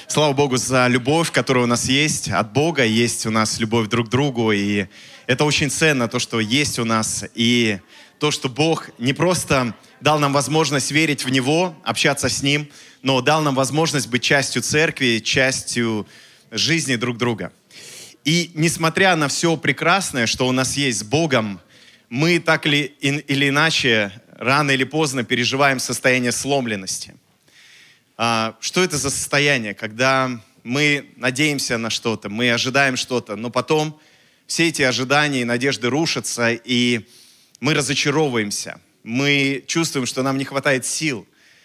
Слава Богу за любовь, которая у нас есть от Бога, есть у нас любовь друг к другу, и это очень ценно, то, что есть у нас, и то, что Бог не просто дал нам возможность верить в Него, общаться с Ним, но дал нам возможность быть частью церкви, частью жизни друг друга. И несмотря на все прекрасное, что у нас есть с Богом, мы так или иначе, рано или поздно переживаем состояние сломленности. Что это за состояние, когда мы надеемся на что-то, мы ожидаем что-то, но потом все эти ожидания и надежды рушатся, и мы разочаровываемся. Мы чувствуем, что нам не хватает сил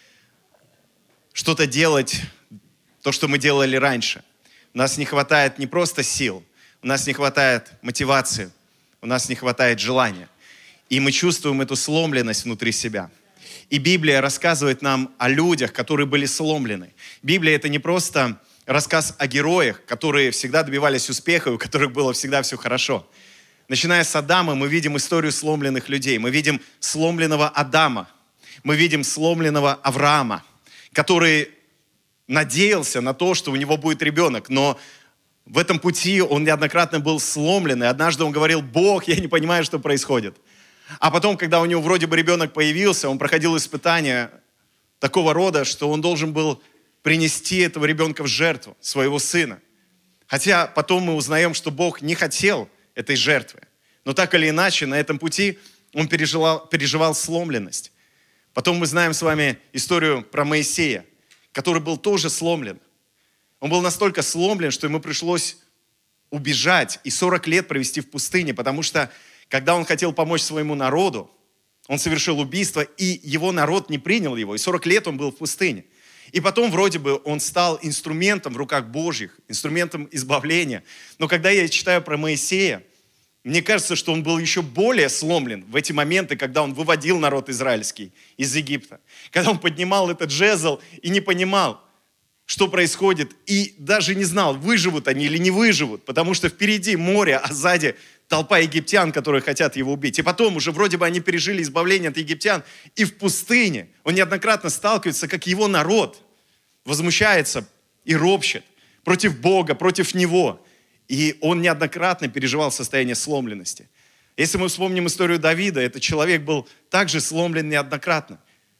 что-то делать, то, что мы делали раньше. У нас не хватает не просто сил, у нас не хватает мотивации, у нас не хватает желания. И мы чувствуем эту сломленность внутри себя. И Библия рассказывает нам о людях, которые были сломлены. Библия — это не просто рассказ о героях, которые всегда добивались успеха, у которых было всегда все хорошо. Начиная с Адама, мы видим историю сломленных людей. Мы видим сломленного Адама. Мы видим сломленного Авраама, который надеялся на то, что у него будет ребенок. Но в этом пути он неоднократно был сломлен. И однажды он говорил: «Бог, я не понимаю, что происходит». А потом, когда у него вроде бы ребенок появился, он проходил испытания такого рода, что он должен был принести этого ребенка в жертву, своего сына. Хотя потом мы узнаем, что Бог не хотел этой жертвы. Но так или иначе, на этом пути он переживал сломленность. Потом мы знаем с вами историю про Моисея, который был тоже сломлен. Он был настолько сломлен, что ему пришлось убежать и 40 лет провести в пустыне, потому что когда он хотел помочь своему народу, он совершил убийство, и его народ не принял его, и 40 лет он был в пустыне. И потом вроде бы он стал инструментом в руках Божьих, инструментом избавления. Но когда я читаю про Моисея, мне кажется, что он был еще более сломлен в эти моменты, когда он выводил народ израильский из Египта. Когда он поднимал этот жезл и не понимал, что происходит, и даже не знал, выживут они или не выживут, потому что впереди море, а сзади толпа египтян, которые хотят его убить. И потом уже вроде бы они пережили избавление от египтян, и в пустыне он неоднократно сталкивается, как его народ возмущается и ропщет против Бога, против него. И он неоднократно переживал состояние сломленности. Если мы вспомним историю Давида, этот человек был также сломлен неоднократно.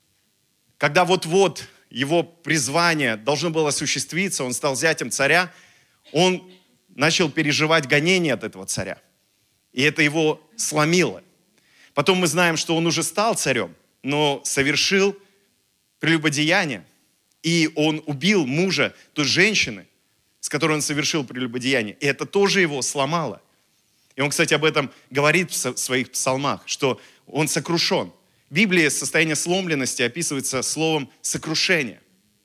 Когда вот-вот его призвание должно было осуществиться, он стал зятем царя, он начал переживать гонения от этого царя. И это его сломило. Потом мы знаем, что он уже стал царем, но совершил прелюбодеяние. И он убил мужа той женщины, с которой он совершил прелюбодеяние. И это тоже его сломало. И он, кстати, об этом говорит в своих псалмах, что он сокрушен. В Библии состояние сломленности описывается словом «сокрушение».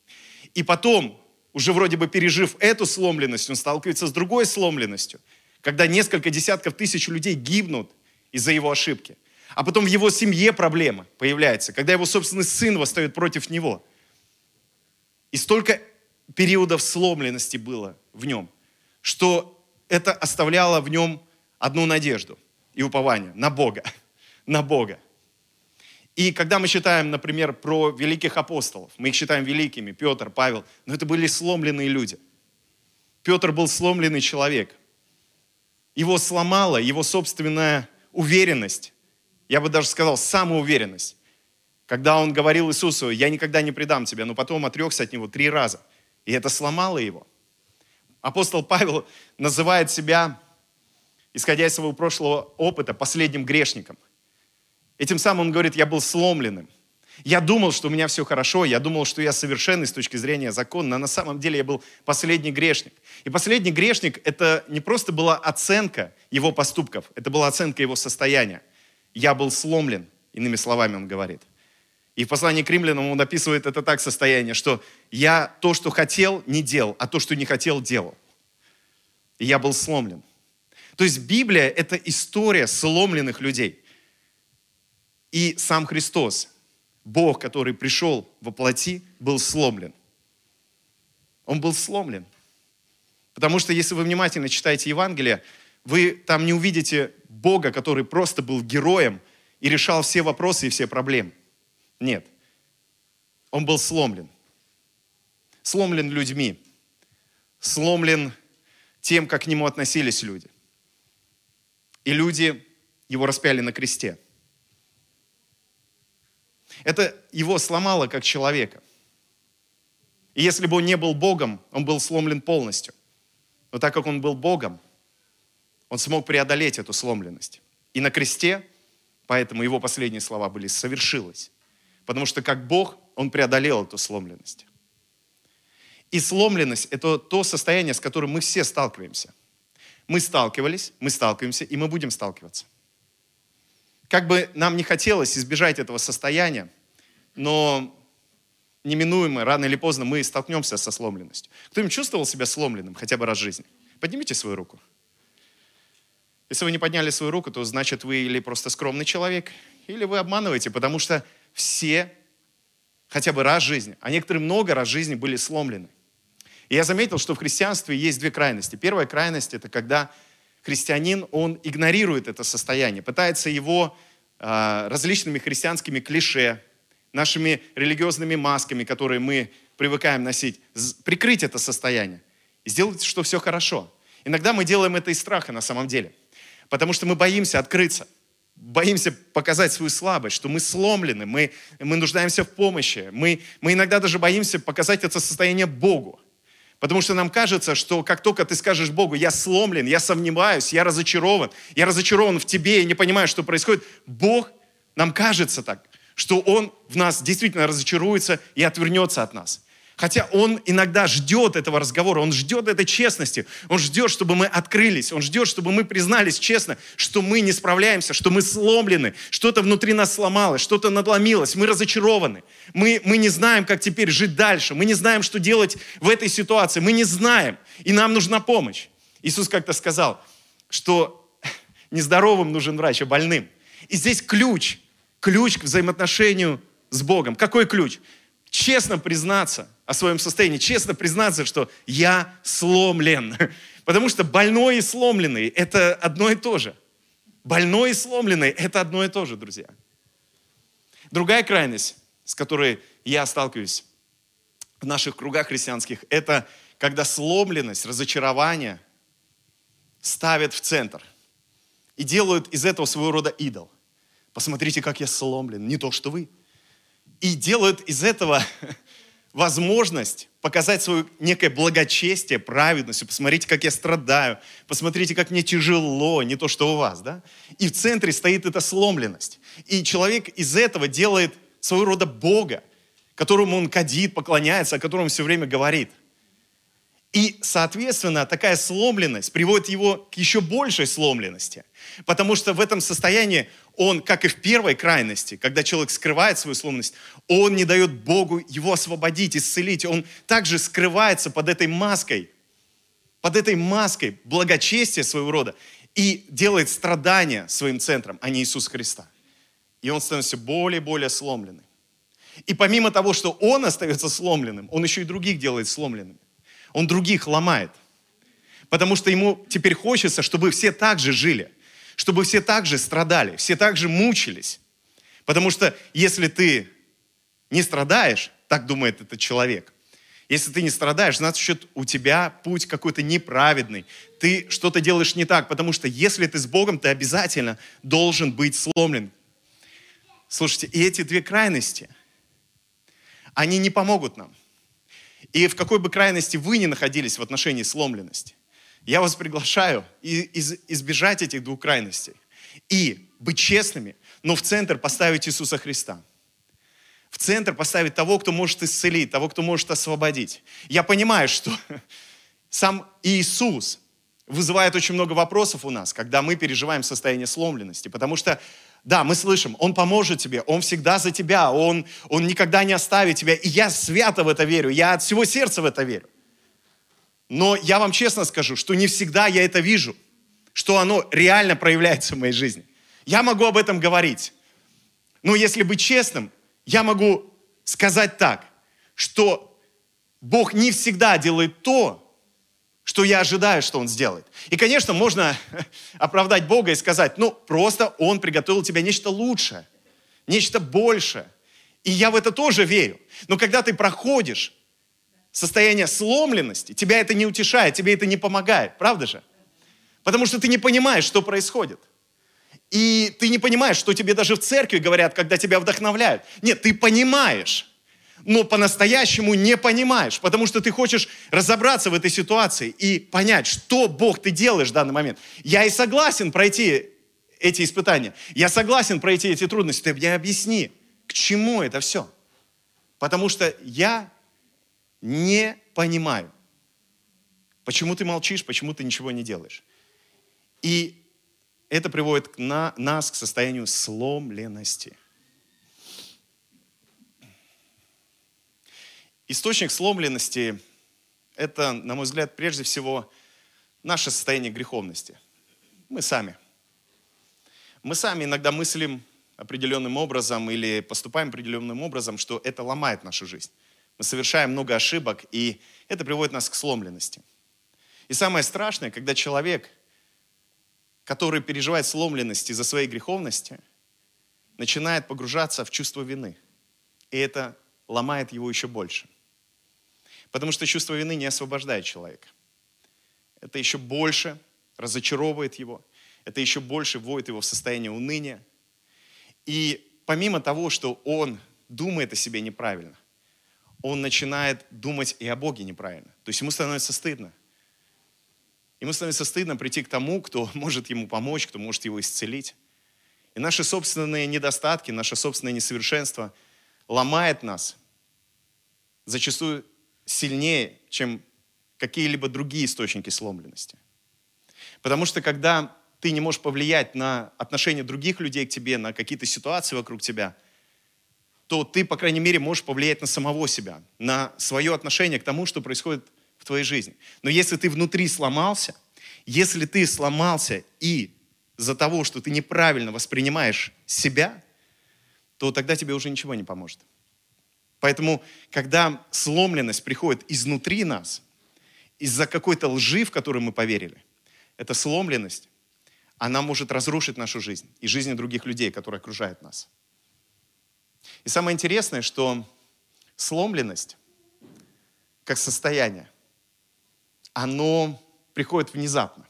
И потом, уже вроде бы пережив эту сломленность, он сталкивается с другой сломленностью, когда несколько десятков тысяч людей гибнут из-за его ошибки. А потом в его семье проблема появляется, когда его собственный сын восстает против него. И столько периодов сломленности было в нем, что это оставляло в нем одну надежду и упование на Бога. На Бога. И когда мы читаем, например, про великих апостолов, мы их считаем великими, Петр, Павел, но это были сломленные люди. Петр был сломленный человек. Его сломала его собственная уверенность, я бы даже сказал, самоуверенность. Когда он говорил Иисусу: «Я никогда не предам тебя», но потом отрекся от него 3 раза. И это сломало его. Апостол Павел называет себя, исходя из своего прошлого опыта, последним грешником. И тем самым он говорит: «Я был сломленным. Я думал, что у меня все хорошо, я думал, что я совершенный с точки зрения закона, но на самом деле я был последний грешник». И последний грешник — это не просто была оценка его поступков, это была оценка его состояния. «Я был сломлен», иными словами он говорит. И в послании к римлянам он описывает это так, состояние, что «я то, что хотел, не делал, а то, что не хотел, делал». И я был сломлен. То есть Библия — это история сломленных людей. И сам Христос, Бог, который пришел во плоти, был сломлен. Он был сломлен. Потому что если вы внимательно читаете Евангелие, вы там не увидите Бога, который просто был героем и решал все вопросы и все проблемы. Нет. Он был сломлен. Сломлен людьми. сломлен тем, как к нему относились люди. И люди его распяли на кресте. Это его сломало как человека. И если бы он не был Богом, он был сломлен полностью. Но так как он был Богом, он смог преодолеть эту сломленность. И на кресте, поэтому его последние слова были «совершилось». Потому что как Бог, он преодолел эту сломленность. И сломленность – это то состояние, с которым мы все сталкиваемся. Мы сталкивались, мы сталкиваемся, и мы будем сталкиваться. Как бы нам не хотелось избежать этого состояния, но неминуемо, рано или поздно мы столкнемся со сломленностью. Кто-нибудь чувствовал себя сломленным хотя бы раз в жизни? Поднимите свою руку. Если вы не подняли свою руку, то значит вы или просто скромный человек, или вы обманываете, потому что все хотя бы раз в жизни, а некоторые много раз в жизни были сломлены. И я заметил, что в христианстве есть две крайности. Первая крайность – это когда христианин, он игнорирует это состояние, пытается его различными христианскими клише, нашими религиозными масками, которые мы привыкаем носить, прикрыть это состояние и сделать, что все хорошо. Иногда мы делаем это из страха на самом деле, потому что мы боимся открыться, боимся показать свою слабость, что мы сломлены, мы нуждаемся в помощи, мы иногда даже боимся показать это состояние Богу. Потому что нам кажется, что как только ты скажешь Богу, я сломлен, я сомневаюсь, я разочарован в тебе, я не понимаю, что происходит, Бог, нам кажется так, что Он в нас действительно разочаруется и отвернется от нас. Хотя Он иногда ждет этого разговора, Он ждет этой честности, Он ждет, чтобы мы открылись, Он ждет, чтобы мы признались честно, что мы не справляемся, что мы сломлены, что-то внутри нас сломалось, что-то надломилось, мы разочарованы, мы не знаем, как теперь жить дальше, мы не знаем, что делать в этой ситуации, мы не знаем, и нам нужна помощь. Иисус как-то сказал, что нездоровым нужен врач, а больным. И здесь ключ к взаимоотношению с Богом. Какой ключ? Честно признаться о своем состоянии, честно признаться, что я сломлен. Потому что больной и сломленный – это одно и то же. Больной и сломленный – это одно и то же, друзья. Другая крайность, с которой я сталкиваюсь в наших кругах христианских, это когда сломленность, разочарование ставят в центр и делают из этого своего рода идол. Посмотрите, как я сломлен, не то, что вы. И делают из этого возможность показать свое некое благочестие, праведность. Посмотрите, как я страдаю. Посмотрите, как мне тяжело, не то, что у вас. Да? И в центре стоит эта сломленность. И человек из этого делает своего рода Бога, которому он кадит, поклоняется, о котором все время говорит. И, соответственно, такая сломленность приводит его к еще большей сломленности. Потому что в этом состоянии он, как и в первой крайности, когда человек скрывает свою сломленность, он не дает Богу его освободить, исцелить. Он также скрывается под этой маской благочестия своего рода и делает страдания своим центром, а не Иисус Христа. И он становится более и более сломленным. И помимо того, что он остается сломленным, он еще и других делает сломленными. Он других ломает. Потому что ему теперь хочется, чтобы все так же жили, чтобы все так же страдали, все так же мучились. Потому что если ты не страдаешь, так думает этот человек, если ты не страдаешь, значит, у тебя путь какой-то неправедный. Ты что-то делаешь не так, потому что если ты с Богом, ты обязательно должен быть сломлен. Слушайте, и эти две крайности, они не помогут нам. И в какой бы крайности вы ни находились в отношении сломленности, я вас приглашаю избежать этих двух крайностей и быть честными, но в центр поставить Иисуса Христа. В центр поставить того, кто может исцелить, того, кто может освободить. Я понимаю, что сам Иисус вызывает очень много вопросов у нас, когда мы переживаем состояние сломленности, потому что да, мы слышим, Он поможет тебе, Он всегда за тебя, Он никогда не оставит тебя. И я свято в это верю, я от всего сердца в это верю. Но я вам честно скажу, что не всегда я это вижу, что оно реально проявляется в моей жизни. Я могу об этом говорить. Но если быть честным, я могу сказать так, что Бог не всегда делает то, что я ожидаю, что Он сделает. И, конечно, можно оправдать Бога и сказать, просто Он приготовил тебе нечто лучшее, нечто большее. И я в это тоже верю. Но когда ты проходишь состояние сломленности, тебя это не утешает, тебе это не помогает, правда же? Потому что ты не понимаешь, что происходит. И ты не понимаешь, что тебе даже в церкви говорят, когда тебя вдохновляют. Нет, ты понимаешь, но по-настоящему не понимаешь, потому что ты хочешь разобраться в этой ситуации и понять, что Бог ты делаешь в данный момент. Я и согласен пройти эти испытания, я согласен пройти эти трудности. Ты мне объясни, к чему это все. Потому что я не понимаю, почему ты молчишь, почему ты ничего не делаешь. И это приводит нас к состоянию сломленности. Источник сломленности – это, на мой взгляд, прежде всего наше состояние греховности. Мы сами. Мы сами иногда мыслим определенным образом или поступаем определенным образом, что это ломает нашу жизнь. Мы совершаем много ошибок, и это приводит нас к сломленности. И самое страшное, когда человек, который переживает сломленность из-за своей греховности, начинает погружаться в чувство вины. И это ломает его еще больше. Потому что чувство вины не освобождает человека. Это еще больше разочаровывает его. Это еще больше вводит его в состояние уныния. И помимо того, что он думает о себе неправильно, он начинает думать и о Боге неправильно. То есть ему становится стыдно. Ему становится стыдно прийти к тому, кто может ему помочь, кто может его исцелить. И наши собственные недостатки, наше собственное несовершенство ломает нас зачастую сильнее, чем какие-либо другие источники сломленности. Потому что когда ты не можешь повлиять на отношение других людей к тебе, на какие-то ситуации вокруг тебя, то ты, по крайней мере, можешь повлиять на самого себя, на свое отношение к тому, что происходит в твоей жизни. Но если ты внутри сломался, если ты сломался из-за того, что ты неправильно воспринимаешь себя, то тогда тебе уже ничего не поможет. Поэтому, когда сломленность приходит изнутри нас, из-за какой-то лжи, в которую мы поверили, эта сломленность, она может разрушить нашу жизнь и жизни других людей, которые окружают нас. И самое интересное, что сломленность, как состояние, оно приходит внезапно.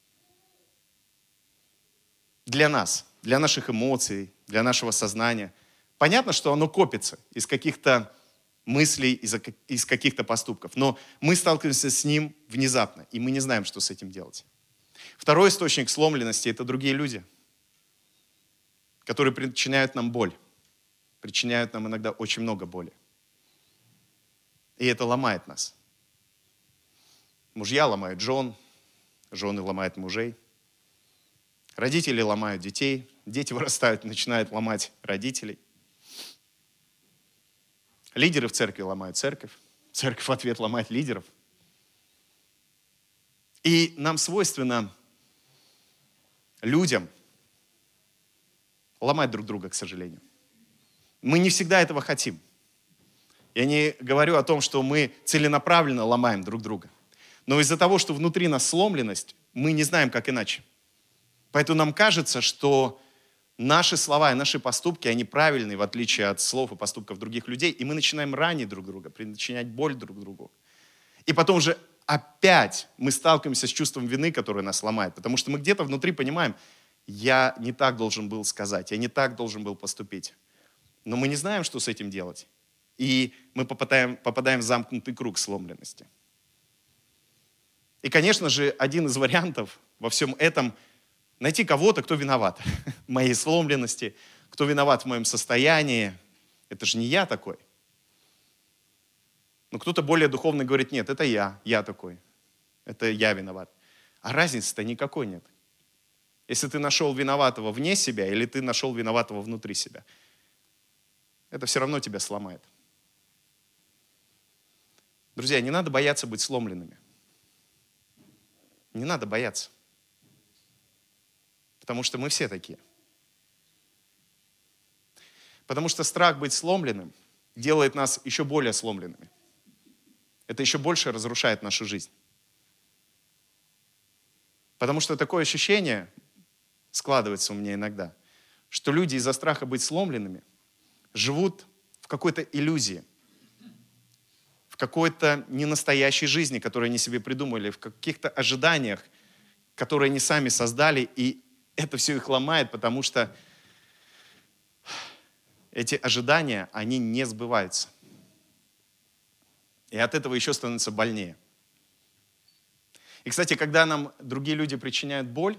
Для нас, для наших эмоций, для нашего сознания. Понятно, что оно копится из каких-то мыслей, из каких-то поступков. Но мы сталкиваемся с ним внезапно, и мы не знаем, что с этим делать. Второй источник сломленности – это другие люди, которые причиняют нам боль. Причиняют нам иногда очень много боли. И это ломает нас. Мужья ломают жен, жены ломают мужей. Родители ломают детей, дети вырастают и начинают ломать родителей. Лидеры в церкви ломают церковь, церковь в ответ ломает лидеров. И нам свойственно людям ломать друг друга, к сожалению. Мы не всегда этого хотим. Я не говорю о том, что мы целенаправленно ломаем друг друга. Но из-за того, что внутри нас сломленность, мы не знаем, как иначе. Поэтому нам кажется, что наши слова и наши поступки, они правильные, в отличие от слов и поступков других людей, и мы начинаем ранить друг друга, причинять боль друг другу. И потом же опять мы сталкиваемся с чувством вины, которое нас ломает, потому что мы где-то внутри понимаем, я не так должен был сказать, я не так должен был поступить. Но мы не знаем, что с этим делать. И мы попадаем в замкнутый круг сломленности. И, конечно же, один из вариантов во всем этом – найти кого-то, кто виноват в моей сломленности, кто виноват в моем состоянии. Это же не я такой. Но кто-то более духовный говорит, нет, это я такой. Это я виноват. А разницы-то никакой нет. Если ты нашел виноватого вне себя, или ты нашел виноватого внутри себя, это все равно тебя сломает. Друзья, не надо бояться быть сломленными. Не надо бояться. Потому что мы все такие. Потому что страх быть сломленным делает нас еще более сломленными. Это еще больше разрушает нашу жизнь. Потому что такое ощущение складывается у меня иногда, что люди из-за страха быть сломленными живут в какой-то иллюзии, в какой-то ненастоящей жизни, которую они себе придумали, в каких-то ожиданиях, которые они сами создали, и это все их ломает, потому что эти ожидания, они не сбываются. И от этого еще становится больнее. И, кстати, когда нам другие люди причиняют боль,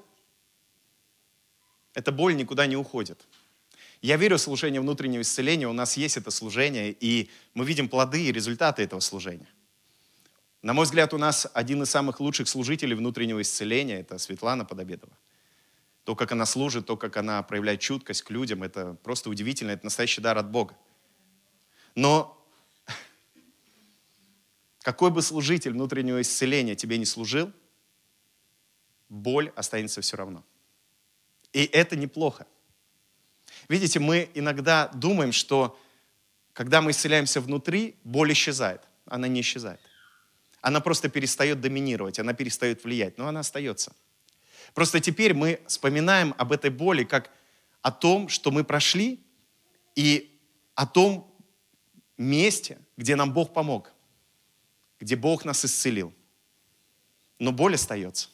эта боль никуда не уходит. Я верю в служение внутреннего исцеления, у нас есть это служение, и мы видим плоды и результаты этого служения. На мой взгляд, у нас один из самых лучших служителей внутреннего исцеления – это Светлана Подобедова. То, как она служит, то, как она проявляет чуткость к людям, это просто удивительно, это настоящий дар от Бога. Но какой бы служитель внутреннего исцеления тебе не служил, боль останется все равно. И это неплохо. Видите, мы иногда думаем, что когда мы исцеляемся внутри, боль исчезает. Она не исчезает. Она просто перестает доминировать, она перестает влиять, но она остается. Просто теперь мы вспоминаем об этой боли как о том, что мы прошли, и о том месте, где нам Бог помог, где Бог нас исцелил. Но боль остается.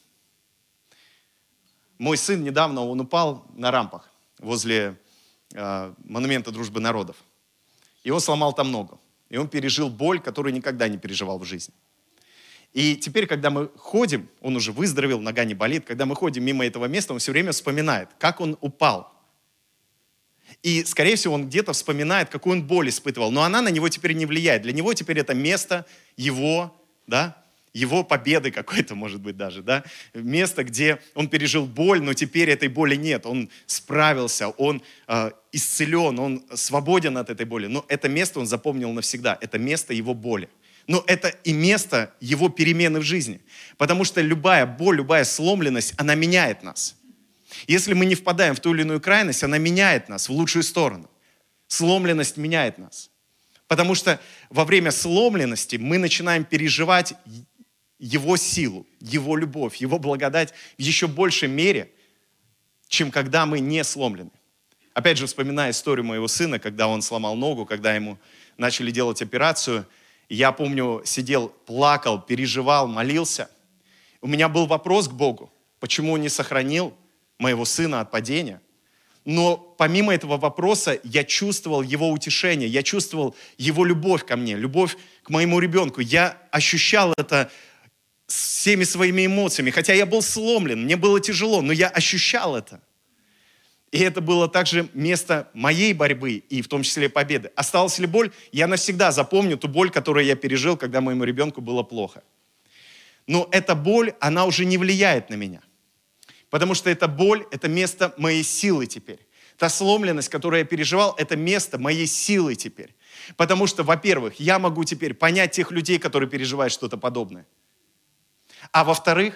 Мой сын недавно, он упал на рампах возле монумента Дружбы народов. И он сломал там ногу. И он пережил боль, которую никогда не переживал в жизни. И теперь, когда мы ходим, он уже выздоровел, нога не болит, когда мы ходим мимо этого места, он все время вспоминает, как он упал. И, скорее всего, он где-то вспоминает, какую он боль испытывал. Но она на него теперь не влияет. Для него теперь это место его, да, его победы какой-то, может быть, даже, да, место, где он пережил боль, но теперь этой боли нет. Он справился, он исцелен, он свободен от этой боли. Но это место он запомнил навсегда. Это место его боли. Но это и место его перемены в жизни. Потому что любая боль, любая сломленность, она меняет нас. Если мы не впадаем в ту или иную крайность, она меняет нас в лучшую сторону. Сломленность меняет нас. Потому что во время сломленности мы начинаем переживать Его силу, Его любовь, Его благодать в еще большей мере, чем когда мы не сломлены. Опять же, вспоминая историю моего сына, когда он сломал ногу, когда ему начали делать операцию, я помню, сидел, плакал, переживал, молился. У меня был вопрос к Богу, почему Он не сохранил моего сына от падения. Но помимо этого вопроса я чувствовал Его утешение, я чувствовал Его любовь ко мне, любовь к моему ребенку. Я ощущал это всеми своими эмоциями, хотя я был сломлен, мне было тяжело, но я ощущал это. И это было также место моей борьбы, и в том числе победы. Осталась ли боль? Я навсегда запомню ту боль, которую я пережил, когда моему ребенку было плохо. Но эта боль, она уже не влияет на меня. Потому что эта боль, это место моей силы теперь. Та сломленность, которую я переживал, это место моей силы теперь. Потому что, во-первых, я могу теперь понять тех людей, которые переживают что-то подобное. А во-вторых,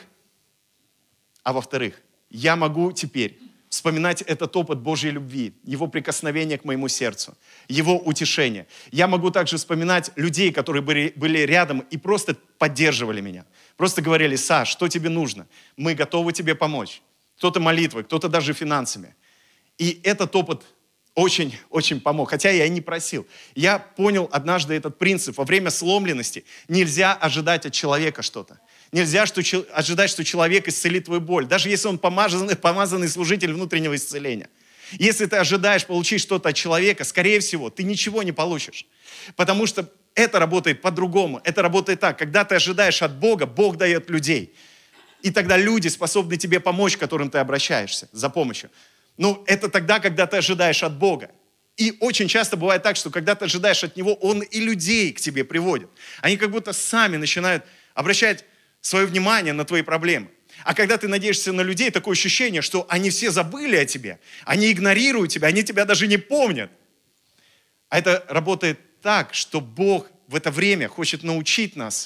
я могу теперь вспоминать этот опыт Божьей любви, Его прикосновения к моему сердцу, Его утешения. Я могу также вспоминать людей, которые были рядом и просто поддерживали меня. Просто говорили: Саш, что тебе нужно? Мы готовы тебе помочь. Кто-то молитвой, кто-то даже финансами. И этот опыт очень помог, хотя я и не просил. Я понял однажды этот принцип. Во время сломленности нельзя ожидать от человека что-то. Нельзя ожидать, что человек исцелит твою боль, даже если он помазанный служитель внутреннего исцеления. Если ты ожидаешь получить что-то от человека, скорее всего, ты ничего не получишь. Потому что это работает по-другому. Это работает так. Когда ты ожидаешь от Бога, Бог дает людей. И тогда люди способны тебе помочь, к которым ты обращаешься за помощью. Ну, это тогда, когда ты ожидаешь от Бога. И очень часто бывает так, что когда ты ожидаешь от Него, Он и людей к тебе приводит. Они как будто сами начинают обращать свое внимание на твои проблемы. А когда ты надеешься на людей, такое ощущение, что они все забыли о тебе, они игнорируют тебя, они тебя даже не помнят. А это работает так, что Бог в это время хочет научить нас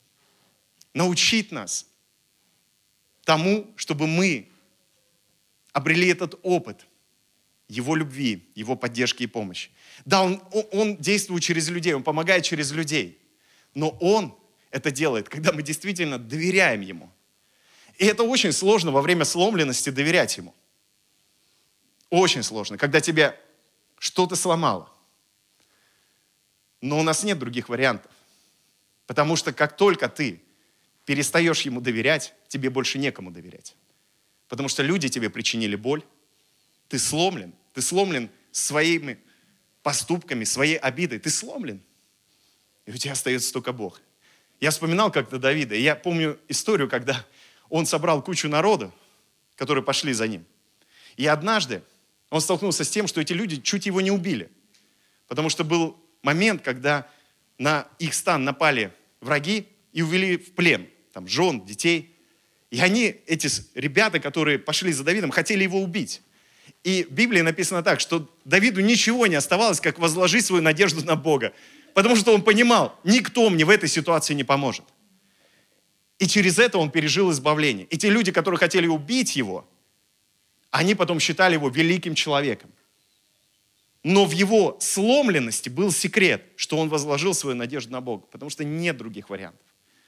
тому, чтобы мы обрели этот опыт Его любви, Его поддержки и помощи. Да, Он действует через людей, Он помогает через людей, но Он это делает, когда мы действительно доверяем Ему. И это очень сложно во время сломленности доверять Ему. Очень сложно, когда тебя что-то сломало. Но у нас нет других вариантов. Потому что как только ты перестаешь ему доверять, тебе больше некому доверять. Потому что люди тебе причинили боль, ты сломлен своими поступками, своей обидой, ты сломлен. И у тебя остается только Бог. Я вспоминал как-то Давида, и я помню историю, когда он собрал кучу народа, которые пошли за ним. И однажды он столкнулся с тем, что эти люди чуть его не убили. Потому что был момент, когда на их стан напали враги и увели в плен. Там жен, детей. И они, эти ребята, которые пошли за Давидом, хотели его убить. И в Библии написано так, что Давиду ничего не оставалось, как возложить свою надежду на Бога. Потому что он понимал, никто мне в этой ситуации не поможет. И через это он пережил избавление. И те люди, которые хотели убить его, они потом считали его великим человеком. Но в его сломленности был секрет, что он возложил свою надежду на Бога, потому что нет других вариантов.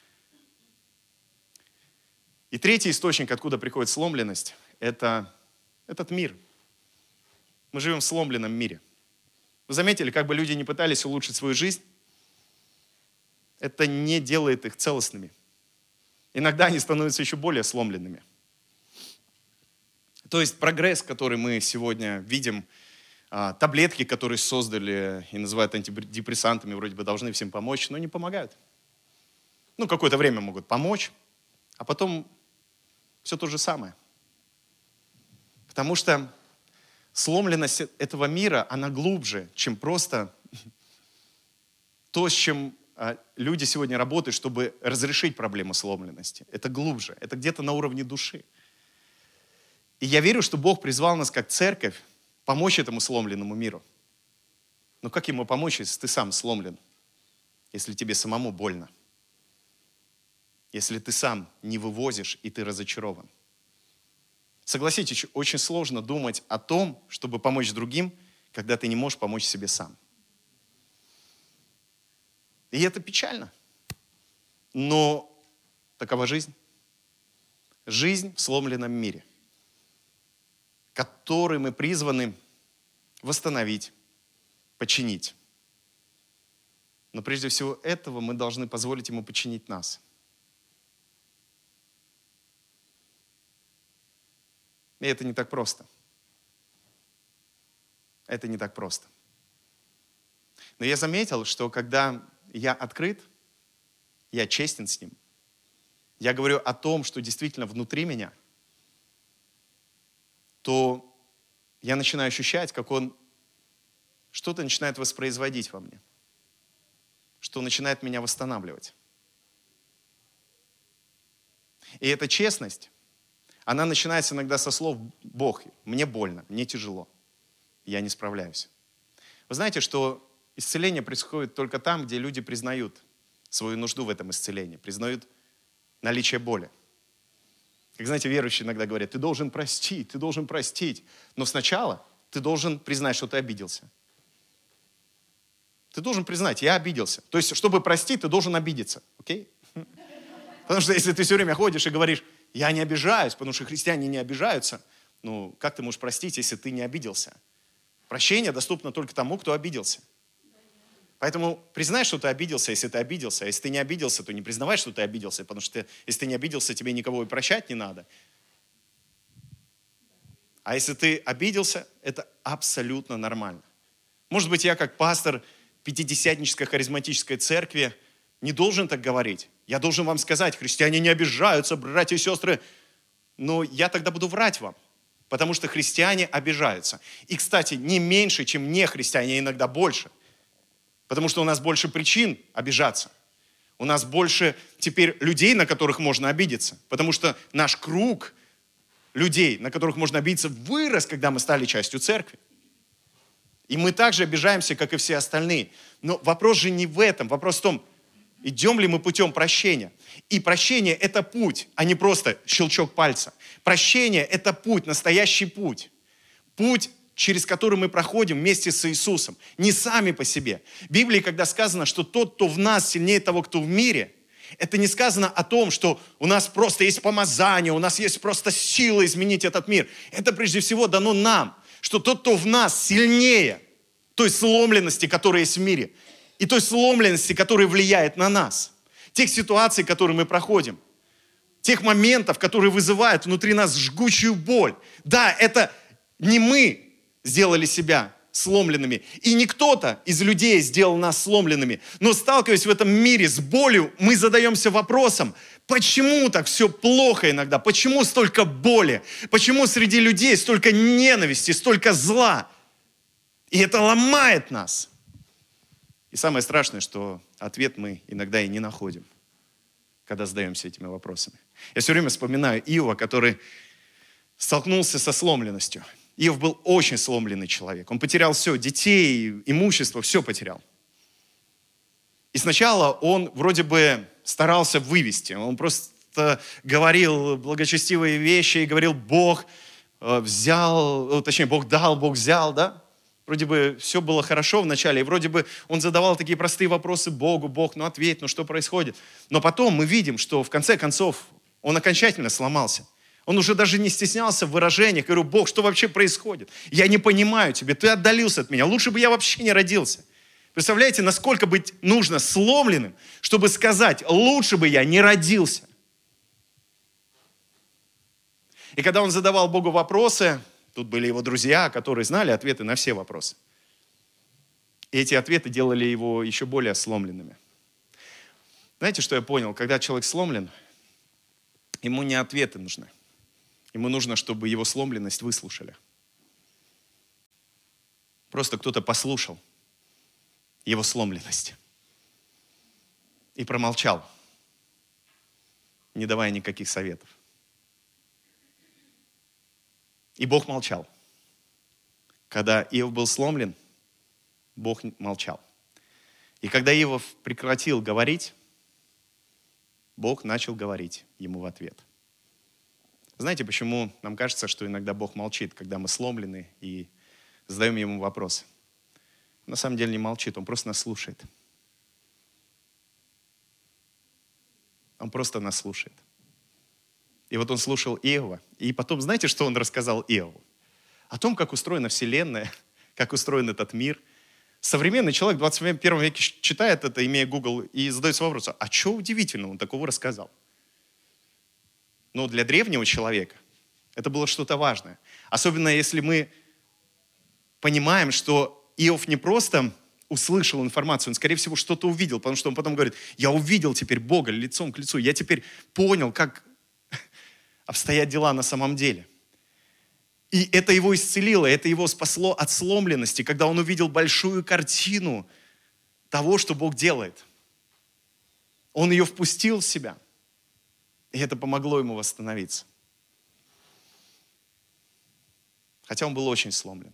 И третий источник, откуда приходит сломленность, это этот мир. Мы живем в сломленном мире. Вы заметили, как бы люди не пытались улучшить свою жизнь, это не делает их целостными. Иногда они становятся еще более сломленными. То есть прогресс, который мы сегодня видим, таблетки, которые создали и называют антидепрессантами, вроде бы должны всем помочь, но не помогают. Какое-то время могут помочь, а потом все то же самое. Потому что сломленность этого мира, она глубже, чем просто то, с чем люди сегодня работают, чтобы разрешить проблему сломленности. Это глубже, это где-то на уровне души. И я верю, что Бог призвал нас как церковь помочь этому сломленному миру. Но как ему помочь, если ты сам сломлен? Если тебе самому больно? Если ты сам не вывозишь и ты разочарован? Согласитесь, очень сложно думать о том, чтобы помочь другим, когда ты не можешь помочь себе сам. И это печально. Но такова жизнь. Жизнь в сломленном мире, который мы призваны восстановить, починить. Но прежде всего этого мы должны позволить ему починить нас. И это не так просто. Это не так просто. Но я заметил, что когда я открыт, я честен с ним, я говорю о том, что действительно внутри меня, то я начинаю ощущать, как он что-то начинает воспроизводить во мне, что начинает меня восстанавливать. И эта честность, она начинается иногда со слов: «Бог, мне больно, мне тяжело, я не справляюсь». Вы знаете, что исцеление происходит только там, где люди признают свою нужду в этом исцелении, признают наличие боли. Как знаете, верующие иногда говорят: ты должен простить, ты должен простить. Но сначала ты должен признать, что ты обиделся. Ты должен признать: я обиделся. То есть, чтобы простить, ты должен обидеться. Окей? Потому что если ты все время ходишь и говоришь: я не обижаюсь, потому что христиане не обижаются, как ты можешь простить, если ты не обиделся? Прощение доступно только тому, кто обиделся. Поэтому признай, что ты обиделся, если ты обиделся. А если ты не обиделся, то не признавай, что ты обиделся, потому что если ты не обиделся, тебе никого и прощать не надо. А если ты обиделся, это абсолютно нормально. Может быть, я как пастор пятидесятнической харизматической церкви не должен так говорить. Я должен вам сказать: христиане не обижаются, братья и сестры. Но я тогда буду врать вам, потому что христиане обижаются. И, кстати, не меньше, чем не христиане, а иногда больше. Потому что у нас больше причин обижаться. У нас больше теперь людей, на которых можно обидеться. Потому что наш круг людей, на которых можно обидеться, вырос, когда мы стали частью церкви. И мы также обижаемся, как и все остальные. Но вопрос же не в этом. Вопрос в том, идем ли мы путем прощения. И прощение – это путь, а не просто щелчок пальца. Прощение – это путь, настоящий путь. Путь, через который мы проходим вместе с Иисусом. Не сами по себе. В Библии, когда сказано, что тот, кто в нас, сильнее того, кто в мире, это не сказано о том, что у нас просто есть помазание, у нас есть просто сила изменить этот мир. Это прежде всего дано нам, что тот, кто в нас, сильнее той сломленности, которая есть в мире, и той сломленности, которая влияет на нас. тех ситуаций, которые мы проходим, тех моментов, которые вызывают внутри нас жгучую боль. Да, это не мы сделали себя сломленными, и не кто-то из людей сделал нас сломленными, но сталкиваясь в этом мире с болью, мы задаемся вопросом, почему так все плохо иногда, почему столько боли, почему среди людей столько ненависти, столько зла, и это ломает нас. И самое страшное, что ответ мы иногда и не находим, когда задаемся этими вопросами. Я все время вспоминаю Иова, который столкнулся со сломленностью. Иов был очень сломленный человек. Он потерял все, детей, имущество, все потерял. И сначала он вроде бы старался вывести. Он просто говорил благочестивые вещи и говорил, Бог взял, точнее, Бог дал, Бог взял, да? Вроде бы все было хорошо вначале, и вроде бы он задавал такие простые вопросы Богу, Бог, ну ответь, ну что происходит? Но потом мы видим, что в конце концов он окончательно сломался. Он уже даже не стеснялся в выражениях. Говорю, Бог, что вообще происходит? Я не понимаю тебя, ты отдалился от меня. Лучше бы я вообще не родился. Представляете, насколько быть нужно сломленным, чтобы сказать, лучше бы я не родился. И когда он задавал Богу вопросы, тут были его друзья, которые знали ответы на все вопросы. И эти ответы делали его еще более сломленными. Знаете, что я понял? Когда человек сломлен, ему не ответы нужны. Ему нужно, чтобы его сломленность выслушали. Просто кто-то послушал его сломленность и промолчал, не давая никаких советов. И Бог молчал. Когда Иов был сломлен, Бог молчал. И когда Иов прекратил говорить, Бог начал говорить ему в ответ. Знаете, почему нам кажется, что иногда Бог молчит, когда мы сломлены и задаем ему вопросы? На самом деле не молчит, он просто нас слушает. Он просто нас слушает. И вот он слушал Иова. И потом, знаете, что он рассказал Иову? О том, как устроена Вселенная, как устроен этот мир. Современный человек в 21 веке читает это, имея Google, и задается вопросом, а что удивительного он такого рассказал? Но для древнего человека это было что-то важное. Особенно если мы понимаем, что Иов не просто услышал информацию, он, скорее всего, что-то увидел, потому что он потом говорит, я увидел теперь Бога лицом к лицу, я теперь понял, как обстоят дела на самом деле. И это его исцелило, это его спасло от сломленности, когда он увидел большую картину того, что Бог делает. Он ее впустил в себя, и это помогло ему восстановиться. Хотя он был очень сломлен.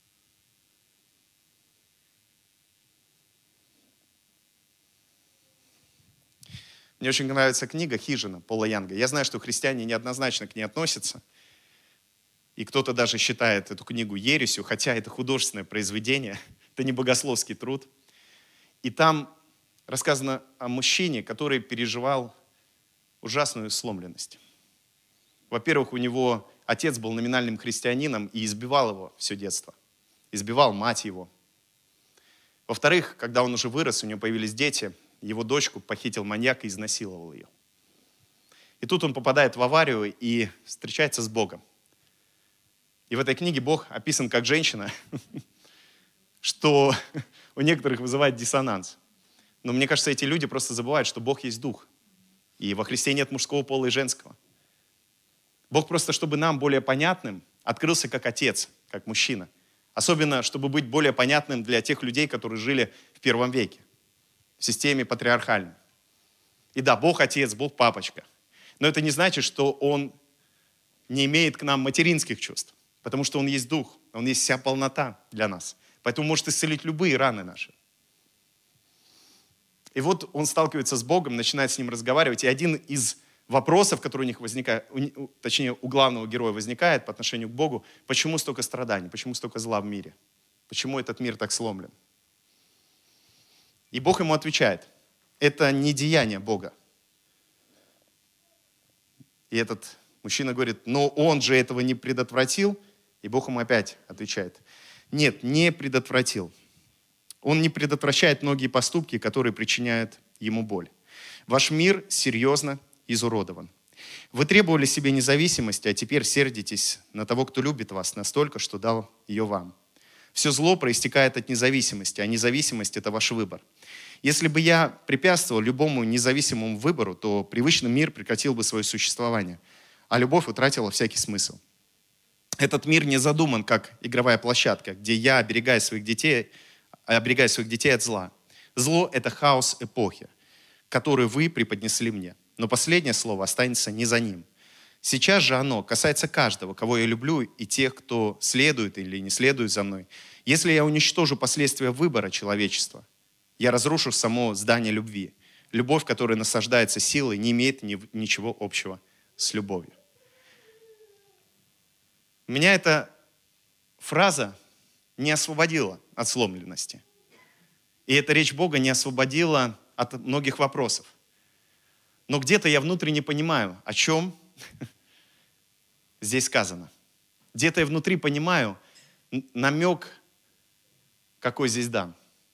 Мне очень нравится книга «Хижина» Пола Янга. Я знаю, что христиане неоднозначно к ней относятся. И кто-то даже считает эту книгу ересью, хотя это художественное произведение, это не богословский труд. И там рассказано о мужчине, который переживал ужасную сломленность. Во-первых, у него отец был номинальным христианином и избивал его все детство. Избивал мать его. Во-вторых, когда он уже вырос, у него появились дети, его дочку похитил маньяк и изнасиловал ее. И тут он попадает в аварию и встречается с Богом. И в этой книге Бог описан как женщина, что у некоторых вызывает диссонанс. Но мне кажется, эти люди просто забывают, что Бог есть Дух. И во Христе нет мужского пола и женского. Бог просто, чтобы нам более понятным, открылся как Отец, как мужчина. Особенно, чтобы быть более понятным для тех людей, которые жили в первом веке, в системе патриархальной. И да, Бог Отец, Бог Папочка. Но это не значит, что Он не имеет к нам материнских чувств. Потому что Он есть Дух, Он есть вся полнота для нас. Поэтому может исцелить любые раны наши. И вот он сталкивается с Богом, начинает с Ним разговаривать. И один из вопросов, который у них возникает, точнее у главного героя возникает по отношению к Богу, почему столько страданий, почему столько зла в мире? Почему этот мир так сломлен? И Бог ему отвечает, это не деяние Бога. И этот мужчина говорит, но он же этого не предотвратил. И Бог ему опять отвечает, нет, не предотвратил. Он не предотвращает многие поступки, которые причиняют ему боль. Ваш мир серьезно изуродован. Вы требовали себе независимости, а теперь сердитесь на того, кто любит вас настолько, что дал ее вам. Все зло проистекает от независимости, а независимость – это ваш выбор. Если бы я препятствовал любому независимому выбору, то привычный мир прекратил бы свое существование, а любовь утратила всякий смысл. Этот мир не задуман как игровая площадка, где я оберегаю своих детей от зла. Зло – это хаос эпохи, который вы преподнесли мне. Но последнее слово останется не за ним. Сейчас же оно касается каждого, кого я люблю, и тех, кто следует или не следует за мной. Если я уничтожу последствия выбора человечества, я разрушу само здание любви. Любовь, которая насаждается силой, не имеет ничего общего с любовью. Меня эта фраза не освободила от сломленности. И эта речь Бога не освободила от многих вопросов. Но где-то я внутренне понимаю, о чем здесь сказано. Где-то я внутри понимаю намек, какой здесь дан.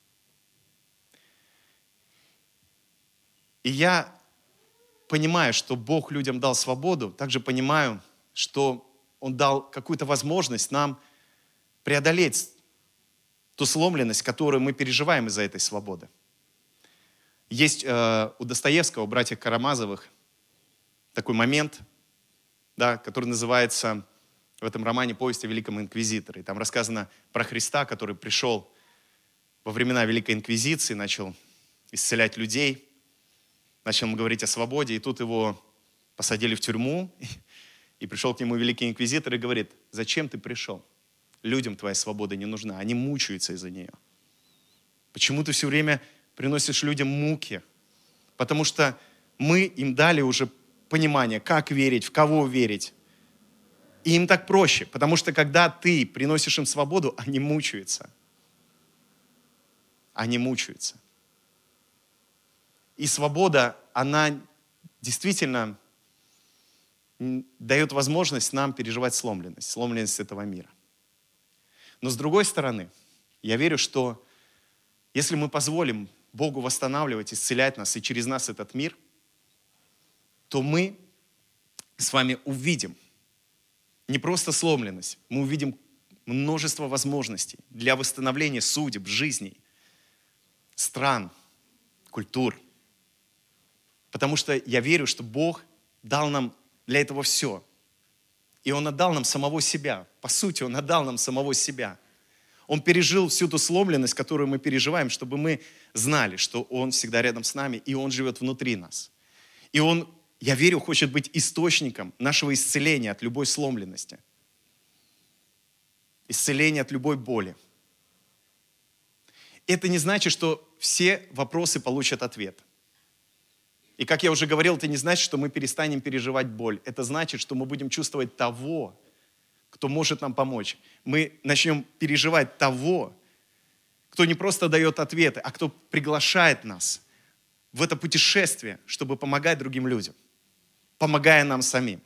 И я понимаю, что Бог людям дал свободу, также понимаю, что Он дал какую-то возможность нам преодолеть ту сломленность, которую мы переживаем из-за этой свободы. Есть у Достоевского, у братьев Карамазовых, такой момент, да, который называется в этом романе «Повесть о Великом Инквизиторе». И там рассказано про Христа, который пришел во времена Великой Инквизиции, начал исцелять людей, начал ему говорить о свободе, и тут его посадили в тюрьму, и пришел к нему Великий Инквизитор и говорит: «Зачем ты пришел? Людям твоя свобода не нужна, они мучаются из-за нее. Почему ты все время приносишь людям муки?» Потому что мы им дали уже понимание, как верить, в кого верить. И им так проще, потому что когда ты приносишь им свободу, они мучаются. Они мучаются. И свобода, она действительно дает возможность нам переживать сломленность этого мира. Но с другой стороны, я верю, что если мы позволим Богу восстанавливать, исцелять нас и через нас этот мир, то мы с вами увидим не просто сломленность, мы увидим множество возможностей для восстановления судеб, жизней, стран, культур. Потому что я верю, что Бог дал нам для этого все. И Он отдал нам самого себя. По сути, Он отдал нам самого себя. Он пережил всю ту сломленность, которую мы переживаем, чтобы мы знали, что Он всегда рядом с нами, и Он живет внутри нас. И Он, я верю, хочет быть источником нашего исцеления от любой сломленности. Исцеления от любой боли. Это не значит, что все вопросы получат ответ. И, как я уже говорил, это не значит, что мы перестанем переживать боль. Это значит, что мы будем чувствовать того, кто может нам помочь. Мы начнем переживать того, кто не просто дает ответы, а кто приглашает нас в это путешествие, чтобы помогать другим людям, помогая нам самим.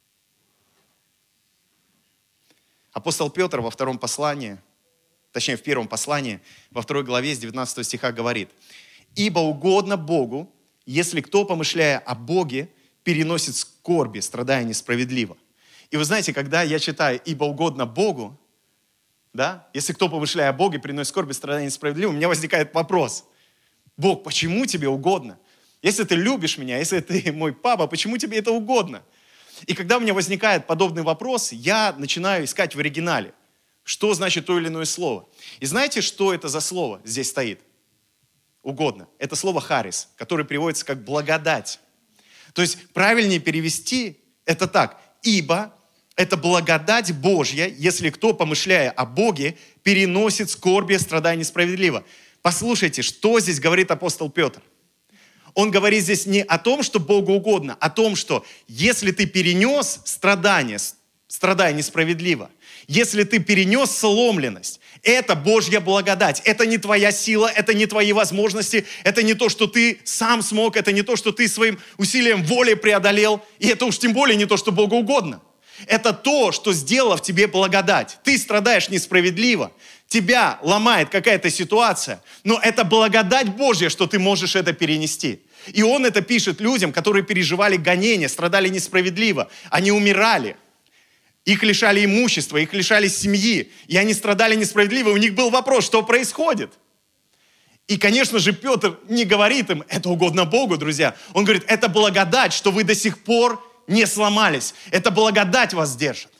Апостол Петр во втором послании, точнее в первом послании, во 2 главе с 19 стиха говорит: «Ибо угодно Богу, если кто, помышляя о Боге, переносит скорби, страдая несправедливо». И вы знаете, когда я читаю «ибо угодно Богу», да, если кто, помышляя о Боге, переносит скорби, страдая несправедливо, у меня возникает вопрос: Бог, почему тебе угодно? Если ты любишь меня, если ты мой папа, почему тебе это угодно? И когда у меня возникает подобный вопрос, я начинаю искать в оригинале, что значит то или иное слово. И знаете, что это за слово здесь стоит? Угодно. Это слово «харис», которое переводится как «благодать». То есть правильнее перевести это так: «Ибо это благодать Божья, если кто, помышляя о Боге, переносит скорби, страдая несправедливо». Послушайте, что здесь говорит апостол Петр. Он говорит здесь не о том, что Богу угодно, а о том, что если ты перенес страдания, страдая несправедливо, если ты перенес сломленность, это Божья благодать. Это не твоя сила, это не твои возможности, это не то, что ты сам смог, это не то, что ты своим усилием воли преодолел, и это уж тем более не то, что Богу угодно. Это то, что сделало в тебе благодать. Ты страдаешь несправедливо, тебя ломает какая-то ситуация, но это благодать Божья, что ты можешь это перенести. И он это пишет людям, которые переживали гонения, страдали несправедливо. Они умирали. Их лишали имущества, их лишали семьи. И они страдали несправедливо. У них был вопрос, что происходит? И, конечно же, Петр не говорит им, это угодно Богу, друзья. Он говорит, это благодать, что вы до сих пор не сломались. Это благодать вас держит.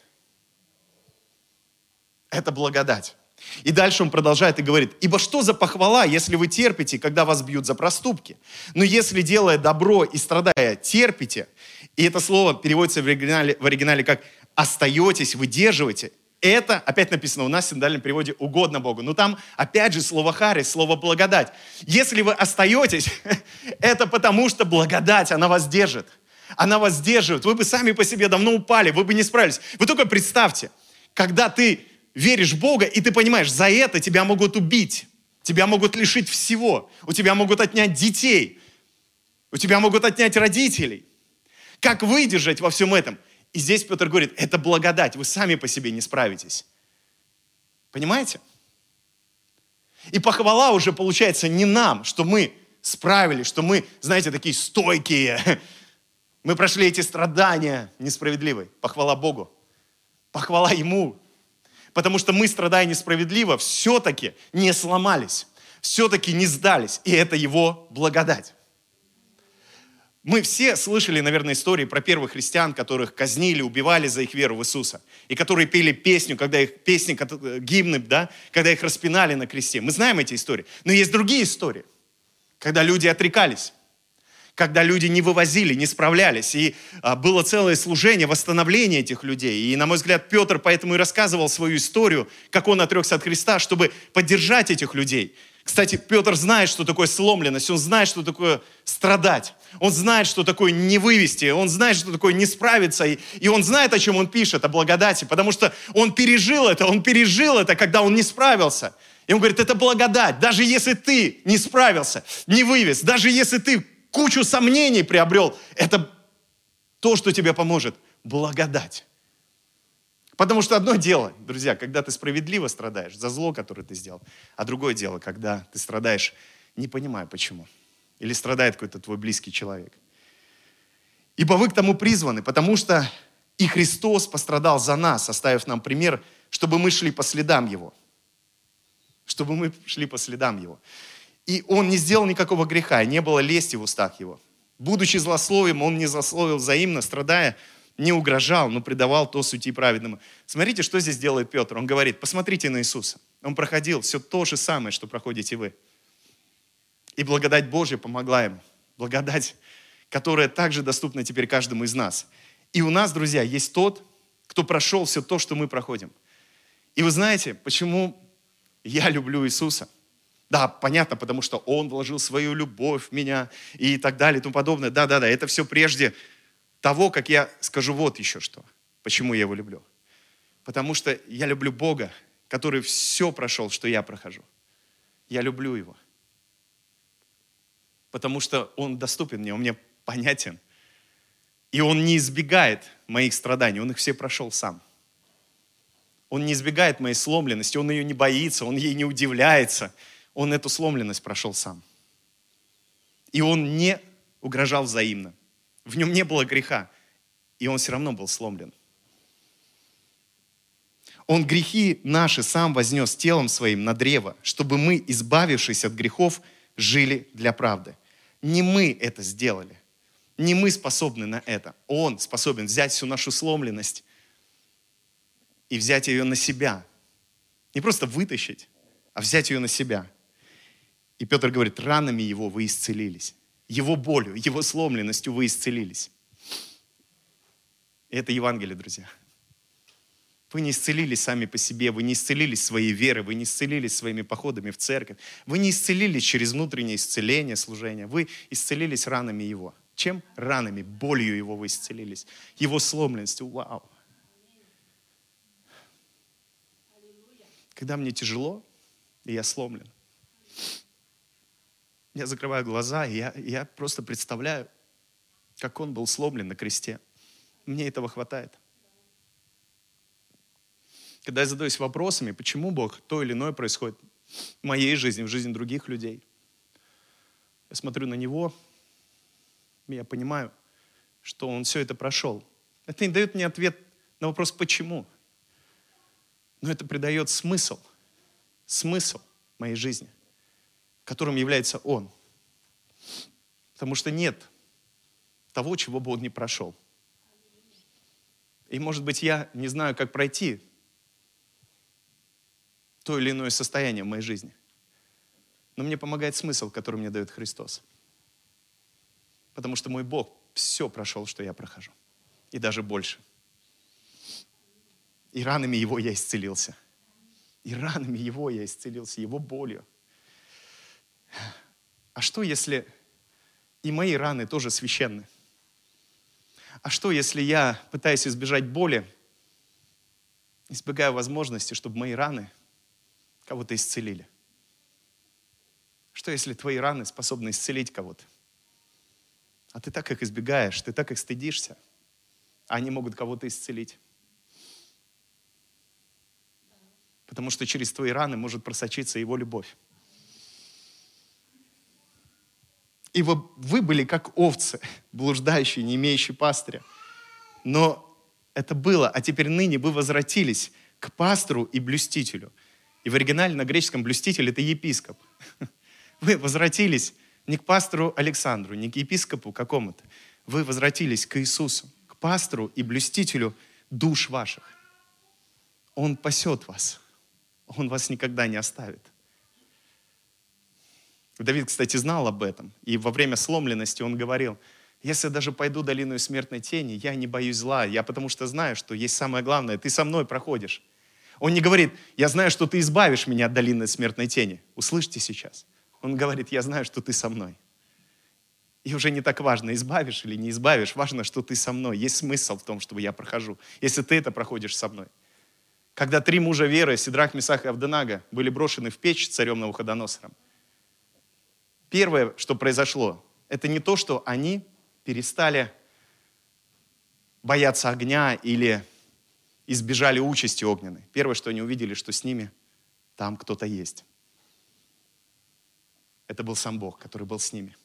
Это благодать. И дальше он продолжает и говорит, ибо что за похвала, если вы терпите, когда вас бьют за проступки? Но если, делая добро и страдая, терпите, и это слово переводится в оригинале как остаетесь, выдерживаете, это, опять написано у нас в синодальном переводе, угодно Богу. Но там, опять же, слово харис, слово благодать. Если вы остаетесь, это потому, что благодать, она вас держит. Она вас сдерживает. Вы бы сами по себе давно упали, вы бы не справились. Вы только представьте, когда ты веришь в Бога, и ты понимаешь, за это тебя могут убить, тебя могут лишить всего, у тебя могут отнять детей, у тебя могут отнять родителей. Как выдержать во всем этом? И здесь Петр говорит, это благодать, вы сами по себе не справитесь. Понимаете? И похвала уже получается не нам, что мы справились, что мы, знаете, такие стойкие. Мы прошли эти страдания несправедливые. Похвала Богу. Похвала Ему. Потому что мы, страдая несправедливо, все-таки не сломались. Все-таки не сдались. И это Его благодать. Мы все слышали, наверное, истории про первых христиан, которых казнили, убивали за их веру в Иисуса. И которые пели песню, гимны, да, когда их распинали на кресте. Мы знаем эти истории. Но есть другие истории, когда люди отрекались, когда люди не вывозили, не справлялись. И было целое служение, восстановление этих людей. И, на мой взгляд, Петр поэтому и рассказывал свою историю, как он отрекся от Христа, чтобы поддержать этих людей. Кстати, Петр знает, что такое сломленность, он знает, что такое страдать, он знает, что такое не вывести, он знает, что такое не справиться, и он знает, о чем он пишет, о благодати, потому что он пережил это, когда он не справился. И он говорит, это благодать, даже если ты не справился, не вывез, даже если ты кучу сомнений приобрел, это то, что тебе поможет, благодать. Потому что одно дело, друзья, когда ты справедливо страдаешь за зло, которое ты сделал, а другое дело, когда ты страдаешь, не понимая почему. Или страдает какой-то твой близкий человек. Ибо вы к тому призваны, потому что и Христос пострадал за нас, оставив нам пример, чтобы мы шли по следам Его. Чтобы мы шли по следам Его. И Он не сделал никакого греха, и не было лести в устах Его. Будучи злословием, Он не злословил взаимно, страдая, не угрожал, но предавал то сути праведному. Смотрите, что здесь делает Петр. Он говорит, посмотрите на Иисуса. Он проходил все то же самое, что проходите вы. И благодать Божья помогла ему. Благодать, которая также доступна теперь каждому из нас. И у нас, друзья, есть тот, кто прошел все то, что мы проходим. И вы знаете, почему я люблю Иисуса? Да, понятно, потому что Он вложил свою любовь в меня и так далее и тому подобное. Да, это все прежде того, как я скажу вот еще что. Почему я Его люблю? Потому что я люблю Бога, который все прошел, что я прохожу. Я люблю Его. Потому что Он доступен мне, Он мне понятен. И Он не избегает моих страданий, Он их все прошел сам. Он не избегает моей сломленности, Он ее не боится, Он ей не удивляется. Он эту сломленность прошел сам. И Он не угрожал взаимно. В нем не было греха, и Он все равно был сломлен. Он грехи наши сам вознес телом своим на древо, чтобы мы, избавившись от грехов, жили для правды. Не мы это сделали, не мы способны на это. Он способен взять всю нашу сломленность и взять ее на себя. Не просто вытащить, а взять ее на себя. И Петр говорит, ранами Его вы исцелились. Его болью, Его сломленностью вы исцелились. И это Евангелие, друзья. Вы не исцелились сами по себе, вы не исцелились своей верой, вы не исцелились своими походами в церковь, вы не исцелились через внутреннее исцеление, служение, вы исцелились ранами Его. Чем? Ранами, болью Его вы исцелились. Его сломленностью, вау. Когда мне тяжело, и я сломлен, я закрываю глаза, и я просто представляю, как Он был сломлен на кресте. Мне этого хватает. Когда я задаюсь вопросами, почему Бог то или иное происходит в моей жизни, в жизни других людей, я смотрю на Него, я понимаю, что Он все это прошел. Это не дает мне ответ на вопрос «почему?». Но это придает смысл моей жизни, которым является Он. Потому что нет того, чего бы Он не прошел. И, может быть, я не знаю, как пройти то или иное состояние в моей жизни. Но мне помогает смысл, который мне дает Христос. Потому что мой Бог все прошел, что я прохожу. И даже больше. И ранами Его я исцелился. И ранами Его я исцелился, Его болью. А что, если и мои раны тоже священны? А что, если я, пытаясь избежать боли, избегаю возможности, чтобы мои раны кого-то исцелили? Что, если твои раны способны исцелить кого-то? А ты так их избегаешь, ты так их стыдишься, а они могут кого-то исцелить. Потому что через твои раны может просочиться Его любовь. И вы были как овцы, блуждающие, не имеющие пастыря. Но это было, а теперь ныне вы возвратились к пастору и блюстителю. И в оригинале на греческом блюститель – это епископ. Вы возвратились не к пастору Александру, не к епископу какому-то. Вы возвратились к Иисусу, к пастору и блюстителю душ ваших. Он пасет вас. Он вас никогда не оставит. Давид, кстати, знал об этом. И во время сломленности он говорил: если даже пойду долину смертной тени, я не боюсь зла. Я потому что знаю, что есть самое главное. Ты со мной проходишь. Он не говорит: я знаю, что ты избавишь меня от долины смертной тени. Услышьте сейчас. Он говорит: я знаю, что ты со мной. И уже не так важно, избавишь или не избавишь. Важно, что ты со мной. Есть смысл в том, чтобы я прохожу. Если ты это проходишь со мной. Когда 3 мужа веры, Сидрах, Месах и Авденага, были брошены в печь царем Навуходоносором, первое, что произошло, это не то, что они перестали бояться огня или избежали участи огненной. Первое, что они увидели, что с ними там кто-то есть. Это был сам Бог, который был с ними.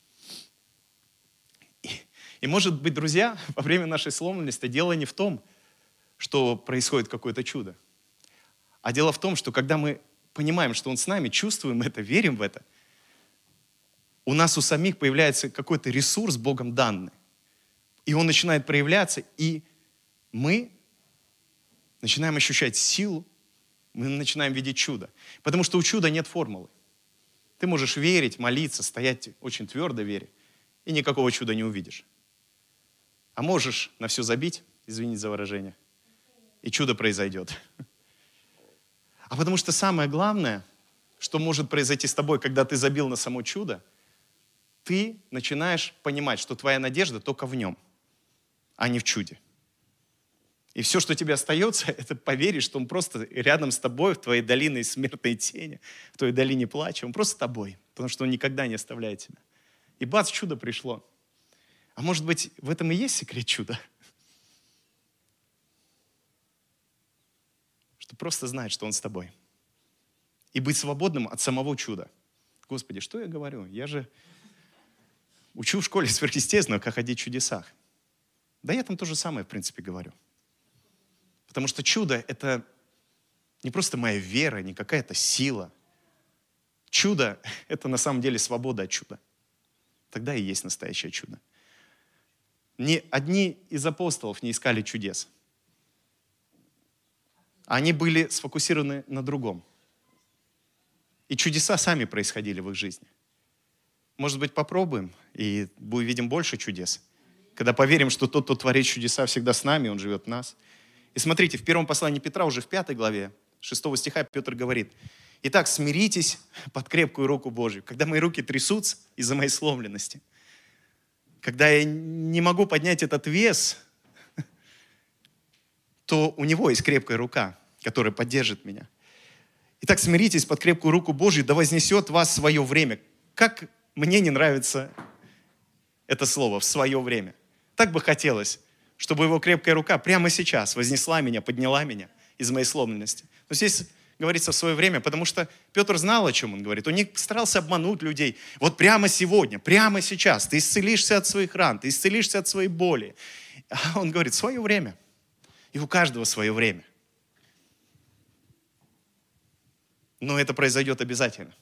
И может быть, друзья, во время нашей сломленности дело не в том, что происходит какое-то чудо, а дело в том, что когда мы понимаем, что Он с нами, чувствуем это, верим в это, у нас у самих появляется какой-то ресурс Богом данный. И он начинает проявляться, и мы начинаем ощущать силу, мы начинаем видеть чудо. Потому что у чуда нет формулы. Ты можешь верить, молиться, стоять очень твердо в вере, и никакого чуда не увидишь. А можешь на все забить, извините за выражение, и чудо произойдет. А потому что самое главное, что может произойти с тобой, когда ты забил на само чудо, ты начинаешь понимать, что твоя надежда только в Нем, а не в чуде. И все, что тебе остается, это поверить, что Он просто рядом с тобой, в твоей долине смертной тени, в твоей долине плача. Он просто с тобой, потому что Он никогда не оставляет тебя. И бац, чудо пришло. А может быть, в этом и есть секрет чуда? Что просто знать, что Он с тобой. И быть свободным от самого чуда. Господи, что я говорю? Я же учу в школе сверхъестественного, как ходить в чудесах. Да я там то же самое, в принципе, говорю. Потому что чудо – это не просто моя вера, не какая-то сила. Чудо – это на самом деле свобода от чуда. Тогда и есть настоящее чудо. Ни одни из апостолов не искали чудес. Они были сфокусированы на другом. И чудеса сами происходили в их жизни. Может быть, попробуем и увидим больше чудес. Когда поверим, что тот, кто творит чудеса, всегда с нами, Он живет в нас. И смотрите, в первом послании Петра, уже в 5 главе, 6 стиха, Петр говорит: «Итак, смиритесь под крепкую руку Божью». Когда мои руки трясутся из-за моей сломленности, когда я не могу поднять этот вес, то у Него есть крепкая рука, которая поддержит меня. Итак, смиритесь под крепкую руку Божью, да вознесет вас свое время. Как мне не нравится это слово «в свое время». Так бы хотелось, чтобы Его крепкая рука прямо сейчас вознесла меня, подняла меня из моей сломленности. Но здесь говорится, в свое время, потому что Петр знал, о чем он говорит. Он не старался обмануть людей. Вот прямо сегодня, прямо сейчас ты исцелишься от своих ран, ты исцелишься от своей боли. А он говорит, свое время. И у каждого свое время. Но это произойдет обязательно.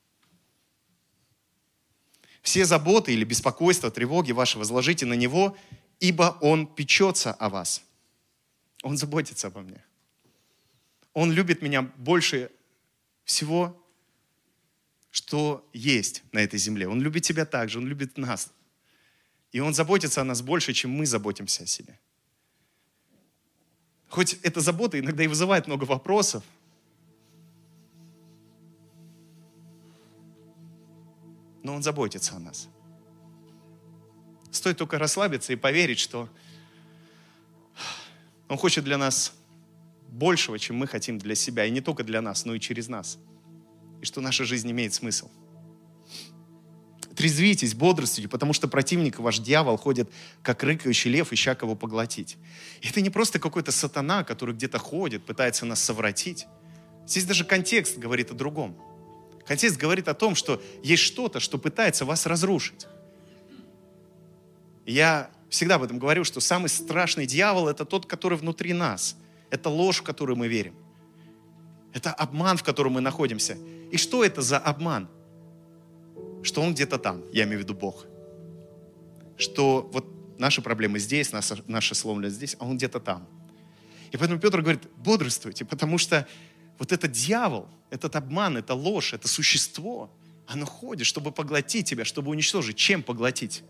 Все заботы или беспокойства, тревоги ваши возложите на Него, ибо Он печется о вас. Он заботится обо мне. Он любит меня больше всего, что есть на этой земле. Он любит тебя так же, Он любит нас. И Он заботится о нас больше, чем мы заботимся о себе. Хоть эта забота иногда и вызывает много вопросов, но Он заботится о нас. Стоит только расслабиться и поверить, что Он хочет для нас большего, чем мы хотим для себя. И не только для нас, но и через нас. И что наша жизнь имеет смысл. Трезвитесь, бодрствуйте, потому что противник ваш дьявол ходит, как рыкающий лев, ища кого поглотить. И это не просто какой-то сатана, который где-то ходит, пытается нас совратить. Здесь даже контекст говорит о другом. Контекст говорит о том, что есть что-то, что пытается вас разрушить. И я всегда об этом говорю, что самый страшный дьявол – это тот, который внутри нас. Это ложь, в которую мы верим. Это обман, в котором мы находимся. И что это за обман? Что он где-то там, я имею в виду Бог. Что вот наши проблемы здесь, наша сломленность здесь, а он где-то там. И поэтому Петр говорит, бодрствуйте, потому что вот этот дьявол, этот обман, эта ложь, это существо, оно ходит, чтобы поглотить тебя, чтобы уничтожить. Чем поглотить?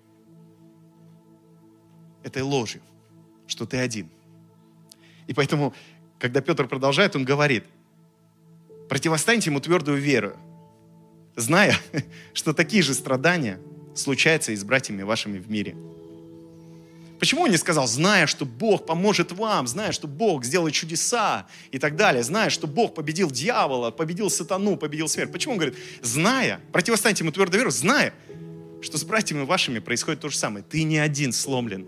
Этой ложью, что ты один. И поэтому, когда Петр продолжает, он говорит, противостаньте ему твердую веру, зная, что такие же страдания случаются и с братьями вашими в мире. Почему он не сказал, зная, что Бог поможет вам, зная, что Бог сделает чудеса и так далее, зная, что Бог победил дьявола, победил сатану, победил смерть? Почему он говорит, зная, противостаньте ему твердую веру, зная, что с братьями вашими происходит то же самое. Ты не один сломлен.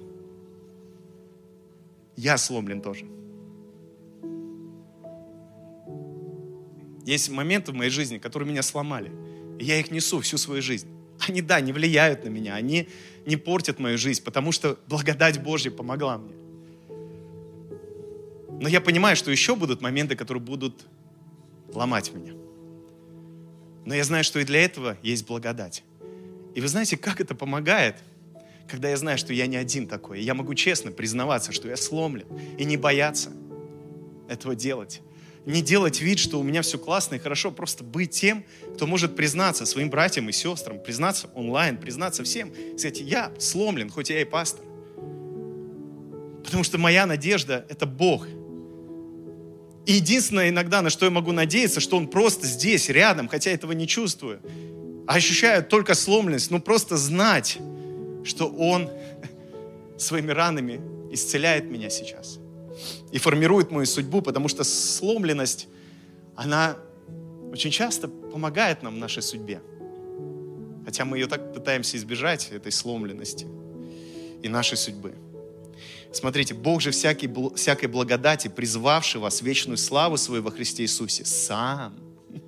Я сломлен тоже. Есть моменты в моей жизни, которые меня сломали. И я их несу всю свою жизнь. Они, да, не влияют на меня, они не портят мою жизнь, потому что благодать Божья помогла мне. Но я понимаю, что еще будут моменты, которые будут ломать меня. Но я знаю, что и для этого есть благодать. И вы знаете, как это помогает, когда я знаю, что я не один такой. И я могу честно признаваться, что я сломлен, и не бояться этого делать. Не делать вид, что у меня все классно и хорошо, просто быть тем, кто может признаться своим братьям и сестрам, признаться онлайн, признаться всем. Сказать, я сломлен, хоть я и пастор. Потому что моя надежда – это Бог. И единственное иногда, на что я могу надеяться, что Он просто здесь, рядом, хотя этого не чувствую, а ощущаю только сломленность, но просто знать, что Он своими ранами исцеляет меня сейчас. И формирует мою судьбу, потому что сломленность, она очень часто помогает нам в нашей судьбе. Хотя мы ее так пытаемся избежать, этой сломленности и нашей судьбы. Смотрите, Бог же всякой благодати, призвавший вас в вечную славу свою во Христе Иисусе, сам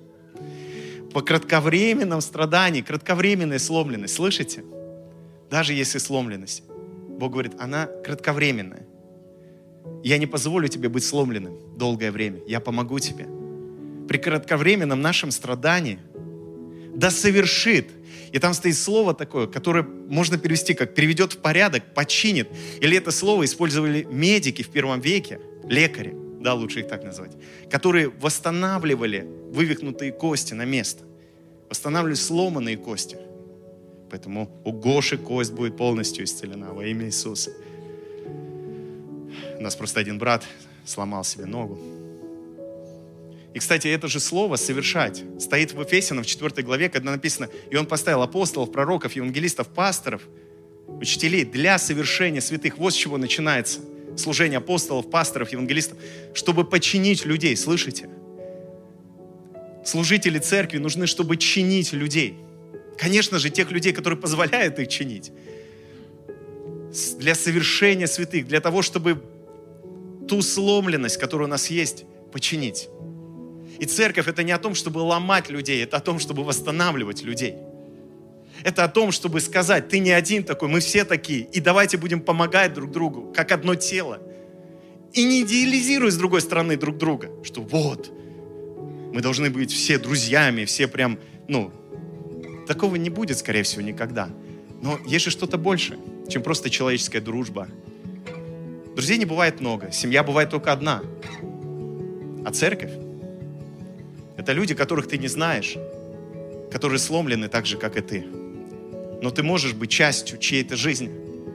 по кратковременном страдании, кратковременная сломленность, слышите? Даже если сломленность, Бог говорит, она кратковременная. Я не позволю тебе быть сломленным долгое время. Я помогу тебе. При кратковременном нашем страдании да совершит. И там стоит слово такое, которое можно перевести как приведет в порядок, починит. Или это слово использовали медики в первом веке, лекари, да, лучше их так назвать, которые восстанавливали вывихнутые кости на место. Восстанавливали сломанные кости. Поэтому у Гоши кость будет полностью исцелена во имя Иисуса. У нас просто один брат сломал себе ногу. И, кстати, это же слово «совершать» стоит в Ефесянам в 4 главе, когда написано, и Он поставил апостолов, пророков, евангелистов, пасторов, учителей для совершения святых. Вот с чего начинается служение апостолов, пасторов, евангелистов, чтобы починить людей, слышите? Служители церкви нужны, чтобы чинить людей. Конечно же, тех людей, которые позволяют их чинить. Для совершения святых, для того, чтобы ту сломленность, которая у нас есть, починить. И церковь — это не о том, чтобы ломать людей, это о том, чтобы восстанавливать людей. Это о том, чтобы сказать: ты не один такой, мы все такие, и давайте будем помогать друг другу, как одно тело. И не идеализируй с другой стороны друг друга, что вот, мы должны быть все друзьями, все прям, такого не будет, скорее всего, никогда. Но есть же что-то больше, чем просто человеческая дружба. Друзей не бывает много, семья бывает только одна. А церковь — это люди, которых ты не знаешь, которые сломлены так же, как и ты. Но ты можешь быть частью чьей-то жизни.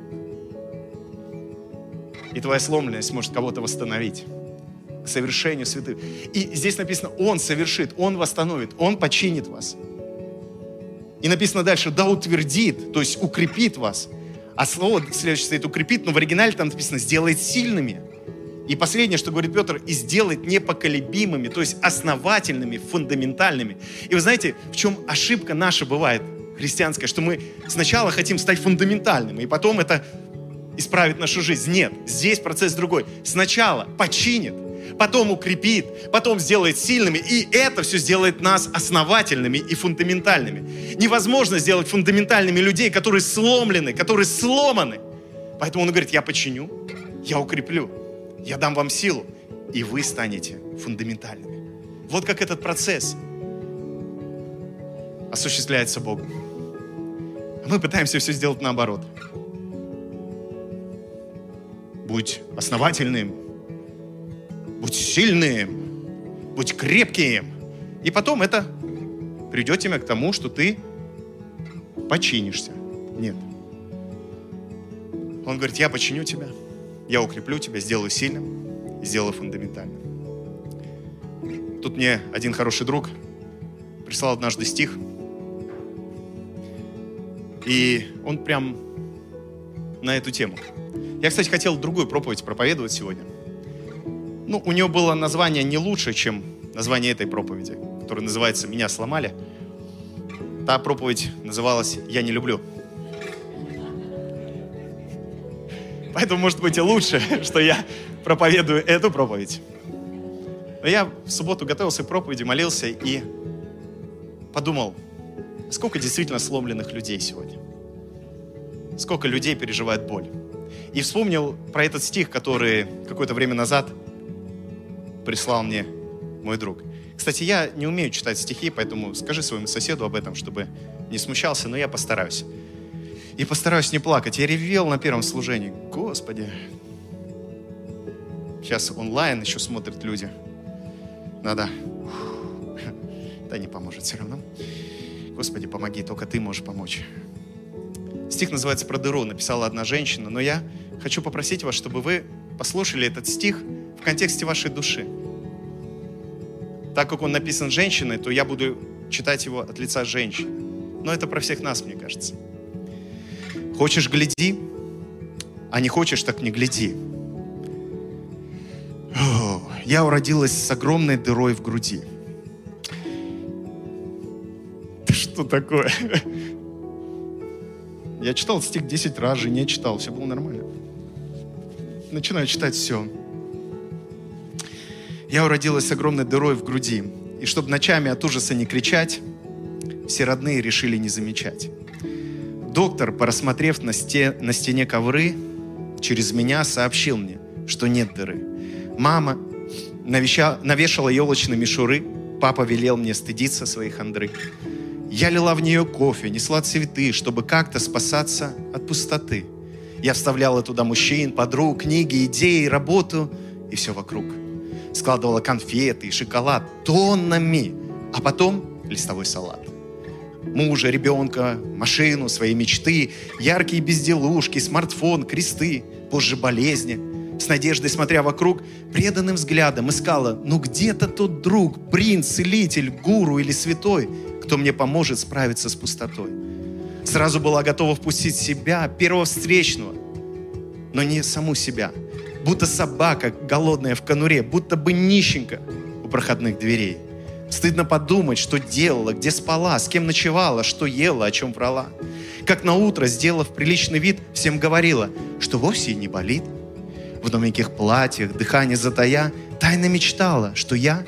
И твоя сломленность может кого-то восстановить к совершению святых. И здесь написано: Он совершит, Он восстановит, Он починит вас. И написано дальше: да утвердит, то есть укрепит вас. А слово следующее стоит укрепит, но в оригинале там написано сделает сильными. И последнее, что говорит Петр: и сделает непоколебимыми, то есть основательными, фундаментальными. И вы знаете, в чем ошибка наша бывает, христианская, что мы сначала хотим стать фундаментальным, и потом это исправит нашу жизнь. Нет, здесь процесс другой. Сначала починит, потом укрепит, потом сделает сильными, и это все сделает нас основательными и фундаментальными. Невозможно сделать фундаментальными людей, которые сломлены, которые сломаны. Поэтому он говорит: я починю, я укреплю, я дам вам силу, и вы станете фундаментальными. Вот как этот процесс осуществляется Богом. Мы пытаемся все сделать наоборот. Будь основательным, будь сильным, будь крепким. И потом это придет тебя к тому, что ты починишься. Нет. Он говорит: я починю тебя, я укреплю тебя, сделаю сильным и сделаю фундаментальным. Тут мне один хороший друг прислал однажды стих, и он прям на эту тему. Я, кстати, хотел другую проповедь проповедовать сегодня. У него было название не лучше, чем название этой проповеди, которая называется «Меня сломали». Та проповедь называлась «Я не люблю». Поэтому, может быть, и лучше, что я проповедую эту проповедь. Но я в субботу готовился к проповеди, молился и подумал, сколько действительно сломленных людей сегодня. Сколько людей переживает боль. И вспомнил про этот стих, который какое-то время назад прислал мне мой друг. Кстати, я не умею читать стихи, поэтому скажи своему соседу об этом, чтобы не смущался, но я постараюсь. И постараюсь не плакать. Я ревел на первом служении. Господи. Сейчас онлайн еще смотрят люди. Надо. Да не поможет все равно. Господи, помоги, только Ты можешь помочь. Стих называется «Про дыру», написала одна женщина, но я хочу попросить вас, чтобы вы послушали этот стих в контексте вашей души. Так как он написан женщиной, то я буду читать его от лица женщины. Но это про всех нас, мне кажется. Хочешь — гляди, а не хочешь — так не гляди. Я уродилась с огромной дырой в груди. Ты что такое? Я читал этот стих 10 раз, жене читал, все было нормально. Начинаю читать все. Я уродилась с огромной дырой в груди, и чтобы ночами от ужаса не кричать, все родные решили не замечать. Доктор, порассмотрев на стене ковры, через меня сообщил мне, что нет дыры. Мама навешала елочные мишуры, папа велел мне стыдиться своей хандры. Я лила в нее кофе, несла цветы, чтобы как-то спасаться от пустоты. Я вставляла туда мужчин, подруг, книги, идеи, работу и все вокруг. Складывала конфеты и шоколад тоннами, а потом листовой салат. Мужа, ребенка, машину, свои мечты, яркие безделушки, смартфон, кресты, позже болезни. С надеждой, смотря вокруг, преданным взглядом искала, где-то тот друг, принц, целитель, гуру или святой, кто мне поможет справиться с пустотой. Сразу была готова впустить себя, первого встречного, но не саму себя. Будто собака, голодная в конуре, будто бы нищенка у проходных дверей. Стыдно подумать, что делала, где спала, с кем ночевала, что ела, о чем врала. Как наутро, сделав приличный вид, всем говорила, что вовсе и не болит. В новеньких платьях, дыхание затая, тайно мечтала, что я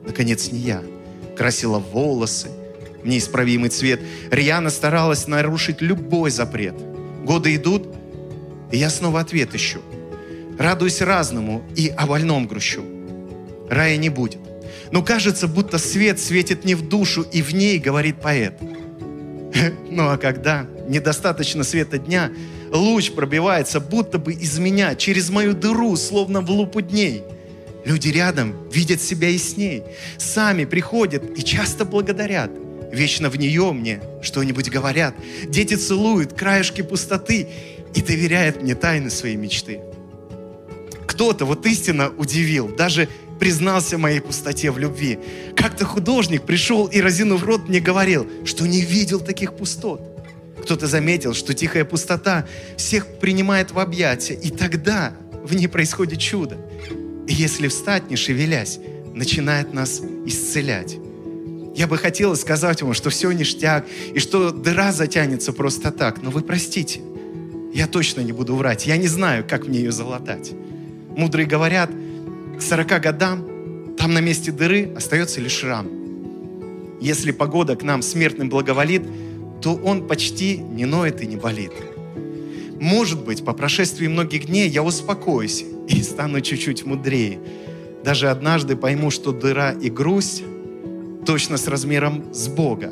наконец, не я. Красила волосы в неисправимый цвет. Рьяно старалась нарушить любой запрет. Годы идут, и я снова ответ ищу. Радуюсь разному и о больном грущу. Рая не будет. Но кажется, будто свет светит не в душу, и в ней говорит поэт. Ну а когда недостаточно света дня, луч пробивается будто бы из меня, через мою дыру, словно в лупу дней. Люди рядом видят себя ясней, сами приходят и часто благодарят. Вечно в нее мне что-нибудь говорят. Дети целуют краешки пустоты и доверяют мне тайны своей мечты. Кто-то вот истинно удивил, даже признался моей пустоте в любви. Как-то художник пришел и, разинув рот, мне говорил, что не видел таких пустот. Кто-то заметил, что тихая пустота всех принимает в объятия, и тогда в ней происходит чудо. И если встать, не шевелясь, начинает нас исцелять. Я бы хотела сказать ему, что все ништяк, и что дыра затянется просто так, но вы простите, я точно не буду врать, я не знаю, как мне ее залатать. Мудрые говорят, к 40 годам там на месте дыры остается лишь шрам. Если погода к нам смертным благоволит, то он почти не ноет и не болит. Может быть, по прошествии многих дней я успокоюсь и стану чуть-чуть мудрее. Даже однажды пойму, что дыра и грусть точно с размером с Бога.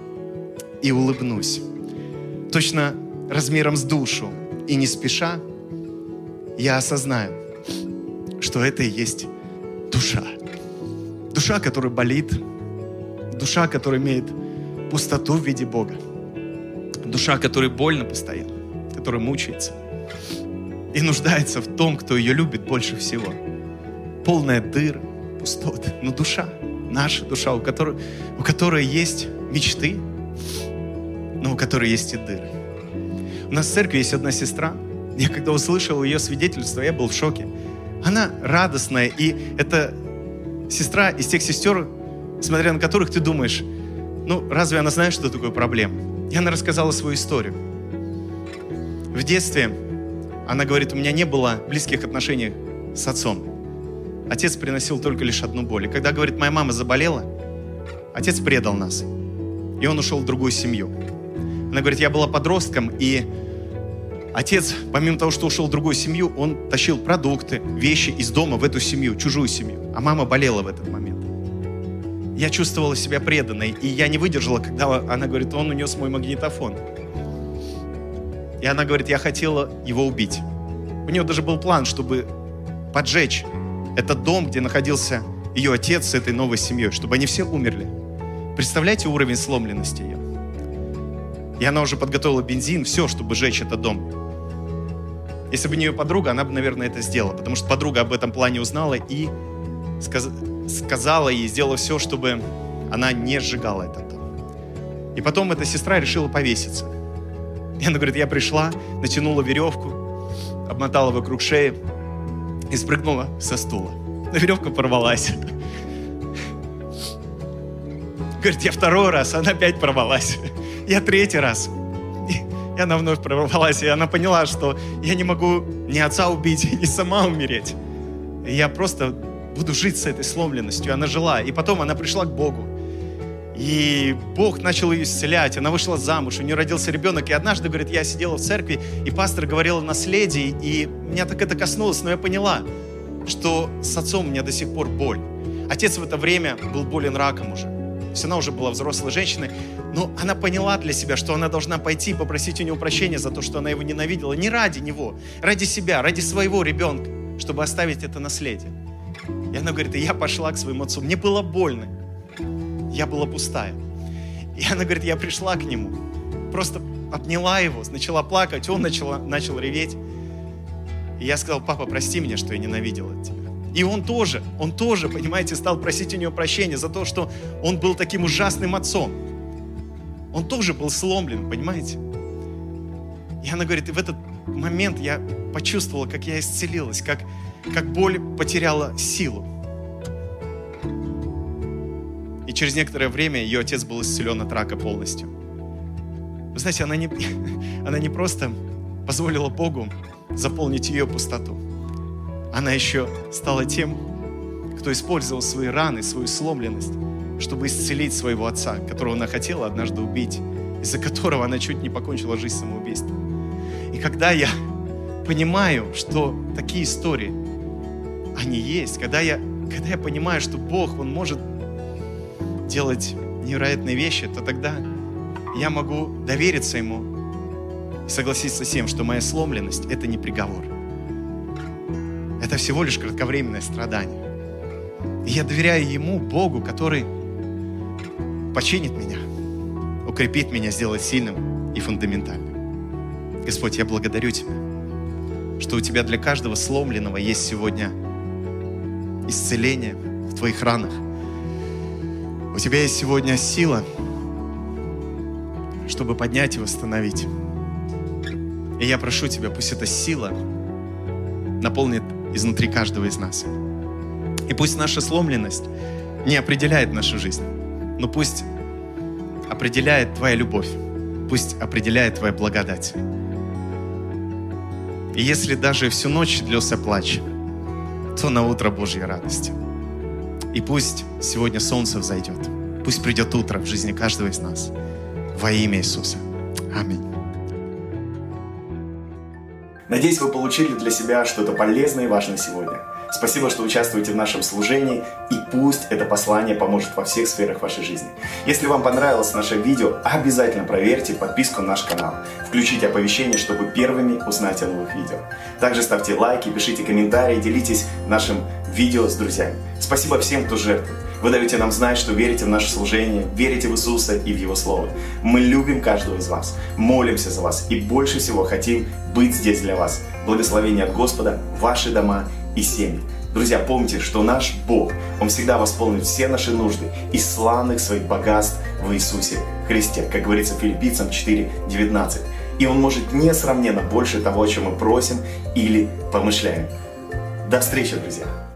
И улыбнусь. Точно размером с душу. И не спеша я осознаю, что это и есть душа. Душа, которая болит. Душа, которая имеет пустоту в виде Бога. Душа, которой больно постоянно, которая мучается и нуждается в том, кто ее любит больше всего. Полная дыр, пустоты. Но душа, наша душа, у которой есть мечты, но у которой есть и дыры. У нас в церкви есть одна сестра. Я когда услышал ее свидетельство, я был в шоке. Она радостная, и это сестра из тех сестер, смотря на которых ты думаешь, ну, разве она знает, что такое проблема? И она рассказала свою историю. В детстве, она говорит, у меня не было близких отношений с отцом. Отец приносил только лишь одну боль. И когда, говорит, моя мама заболела, отец предал нас. И он ушел в другую семью. Она говорит, я была подростком, и отец, помимо того, что ушел в другую семью, он тащил продукты, вещи из дома в эту семью, чужую семью. А мама болела в этот момент. Я чувствовала себя преданной, и я не выдержала, когда она говорит, он унес мой магнитофон. И она говорит, я хотела его убить. У нее даже был план, чтобы поджечь этот дом, где находился ее отец с этой новой семьей, чтобы они все умерли. Представляете уровень сломленности ее? И она уже подготовила бензин, все, чтобы сжечь этот дом. Если бы не ее подруга, она бы, наверное, это сделала, потому что подруга об этом плане узнала и сказала ей, сделала все, чтобы она не сжигала этот дом. И потом эта сестра решила повеситься. И она говорит, я пришла, натянула веревку, обмотала вокруг шеи и спрыгнула со стула. Но веревка порвалась. Говорит, я второй раз, она опять порвалась. Я третий раз. И она вновь прорвалась, и она поняла, что я не могу ни отца убить, ни сама умереть. И я просто буду жить с этой сломленностью. Она жила. И потом она пришла к Богу. И Бог начал ее исцелять. Она вышла замуж, у нее родился ребенок. И однажды, говорит, я сидела в церкви, и пастор говорил о наследии, и меня так это коснулось, но я поняла, что с отцом у меня до сих пор боль. Отец в это время был болен раком уже. То есть она уже была взрослой женщиной, но она поняла для себя, что она должна пойти и попросить у него прощения за то, что она его ненавидела. Не ради него, ради себя, ради своего ребенка, чтобы оставить это наследие. И она говорит, и я пошла к своему отцу. Мне было больно. Я была пустая. И она говорит, я пришла к нему, просто обняла его, начала плакать, он начал реветь. И я сказал, папа, прости меня, что я ненавидела тебя. И он тоже, понимаете, стал просить у него прощения за то, что он был таким ужасным отцом. Он тоже был сломлен, понимаете? И она говорит, и в этот момент я почувствовала, как я исцелилась, как боль потеряла силу. И через некоторое время ее отец был исцелен от рака полностью. Вы знаете, она не просто позволила Богу заполнить ее пустоту. Она еще стала тем, кто использовал свои раны, свою сломленность, чтобы исцелить своего отца, которого она хотела однажды убить, из-за которого она чуть не покончила жизнь самоубийством. И когда я понимаю, что такие истории, они есть, когда я понимаю, что Бог, Он может делать невероятные вещи, то тогда я могу довериться Ему и согласиться с тем, что моя сломленность – это не приговор. Это всего лишь кратковременное страдание. И я доверяю Ему, Богу, который починит меня, укрепит меня, сделает сильным и фундаментальным. Господь, я благодарю Тебя, что у Тебя для каждого сломленного есть сегодня исцеление в Твоих ранах. У Тебя есть сегодня сила, чтобы поднять и восстановить. И я прошу Тебя, пусть эта сила наполнит изнутри каждого из нас. И пусть наша сломленность не определяет нашу жизнь, но пусть определяет Твоя любовь, пусть определяет Твоя благодать. И если даже всю ночь длился плач, то на утро Божья радость. И пусть сегодня солнце взойдет, пусть придет утро в жизни каждого из нас. Во имя Иисуса. Аминь. Надеюсь, вы получили для себя что-то полезное и важное сегодня. Спасибо, что участвуете в нашем служении, и пусть это послание поможет во всех сферах вашей жизни. Если вам понравилось наше видео, обязательно проверьте подписку на наш канал. Включите оповещения, чтобы первыми узнать о новых видео. Также ставьте лайки, пишите комментарии, делитесь нашим видео с друзьями. Спасибо всем, кто жертвует. Вы даете нам знать, что верите в наше служение, верите в Иисуса и в Его Слово. Мы любим каждого из вас, молимся за вас и больше всего хотим быть здесь для вас. Благословение от Господа, ваши дома и семьи. Друзья, помните, что наш Бог, Он всегда восполнит все наши нужды из славных своих богатств в Иисусе Христе, как говорится в Филиппийцам 4:19. И Он может несравненно больше того, о чем мы просим или помышляем. До встречи, друзья!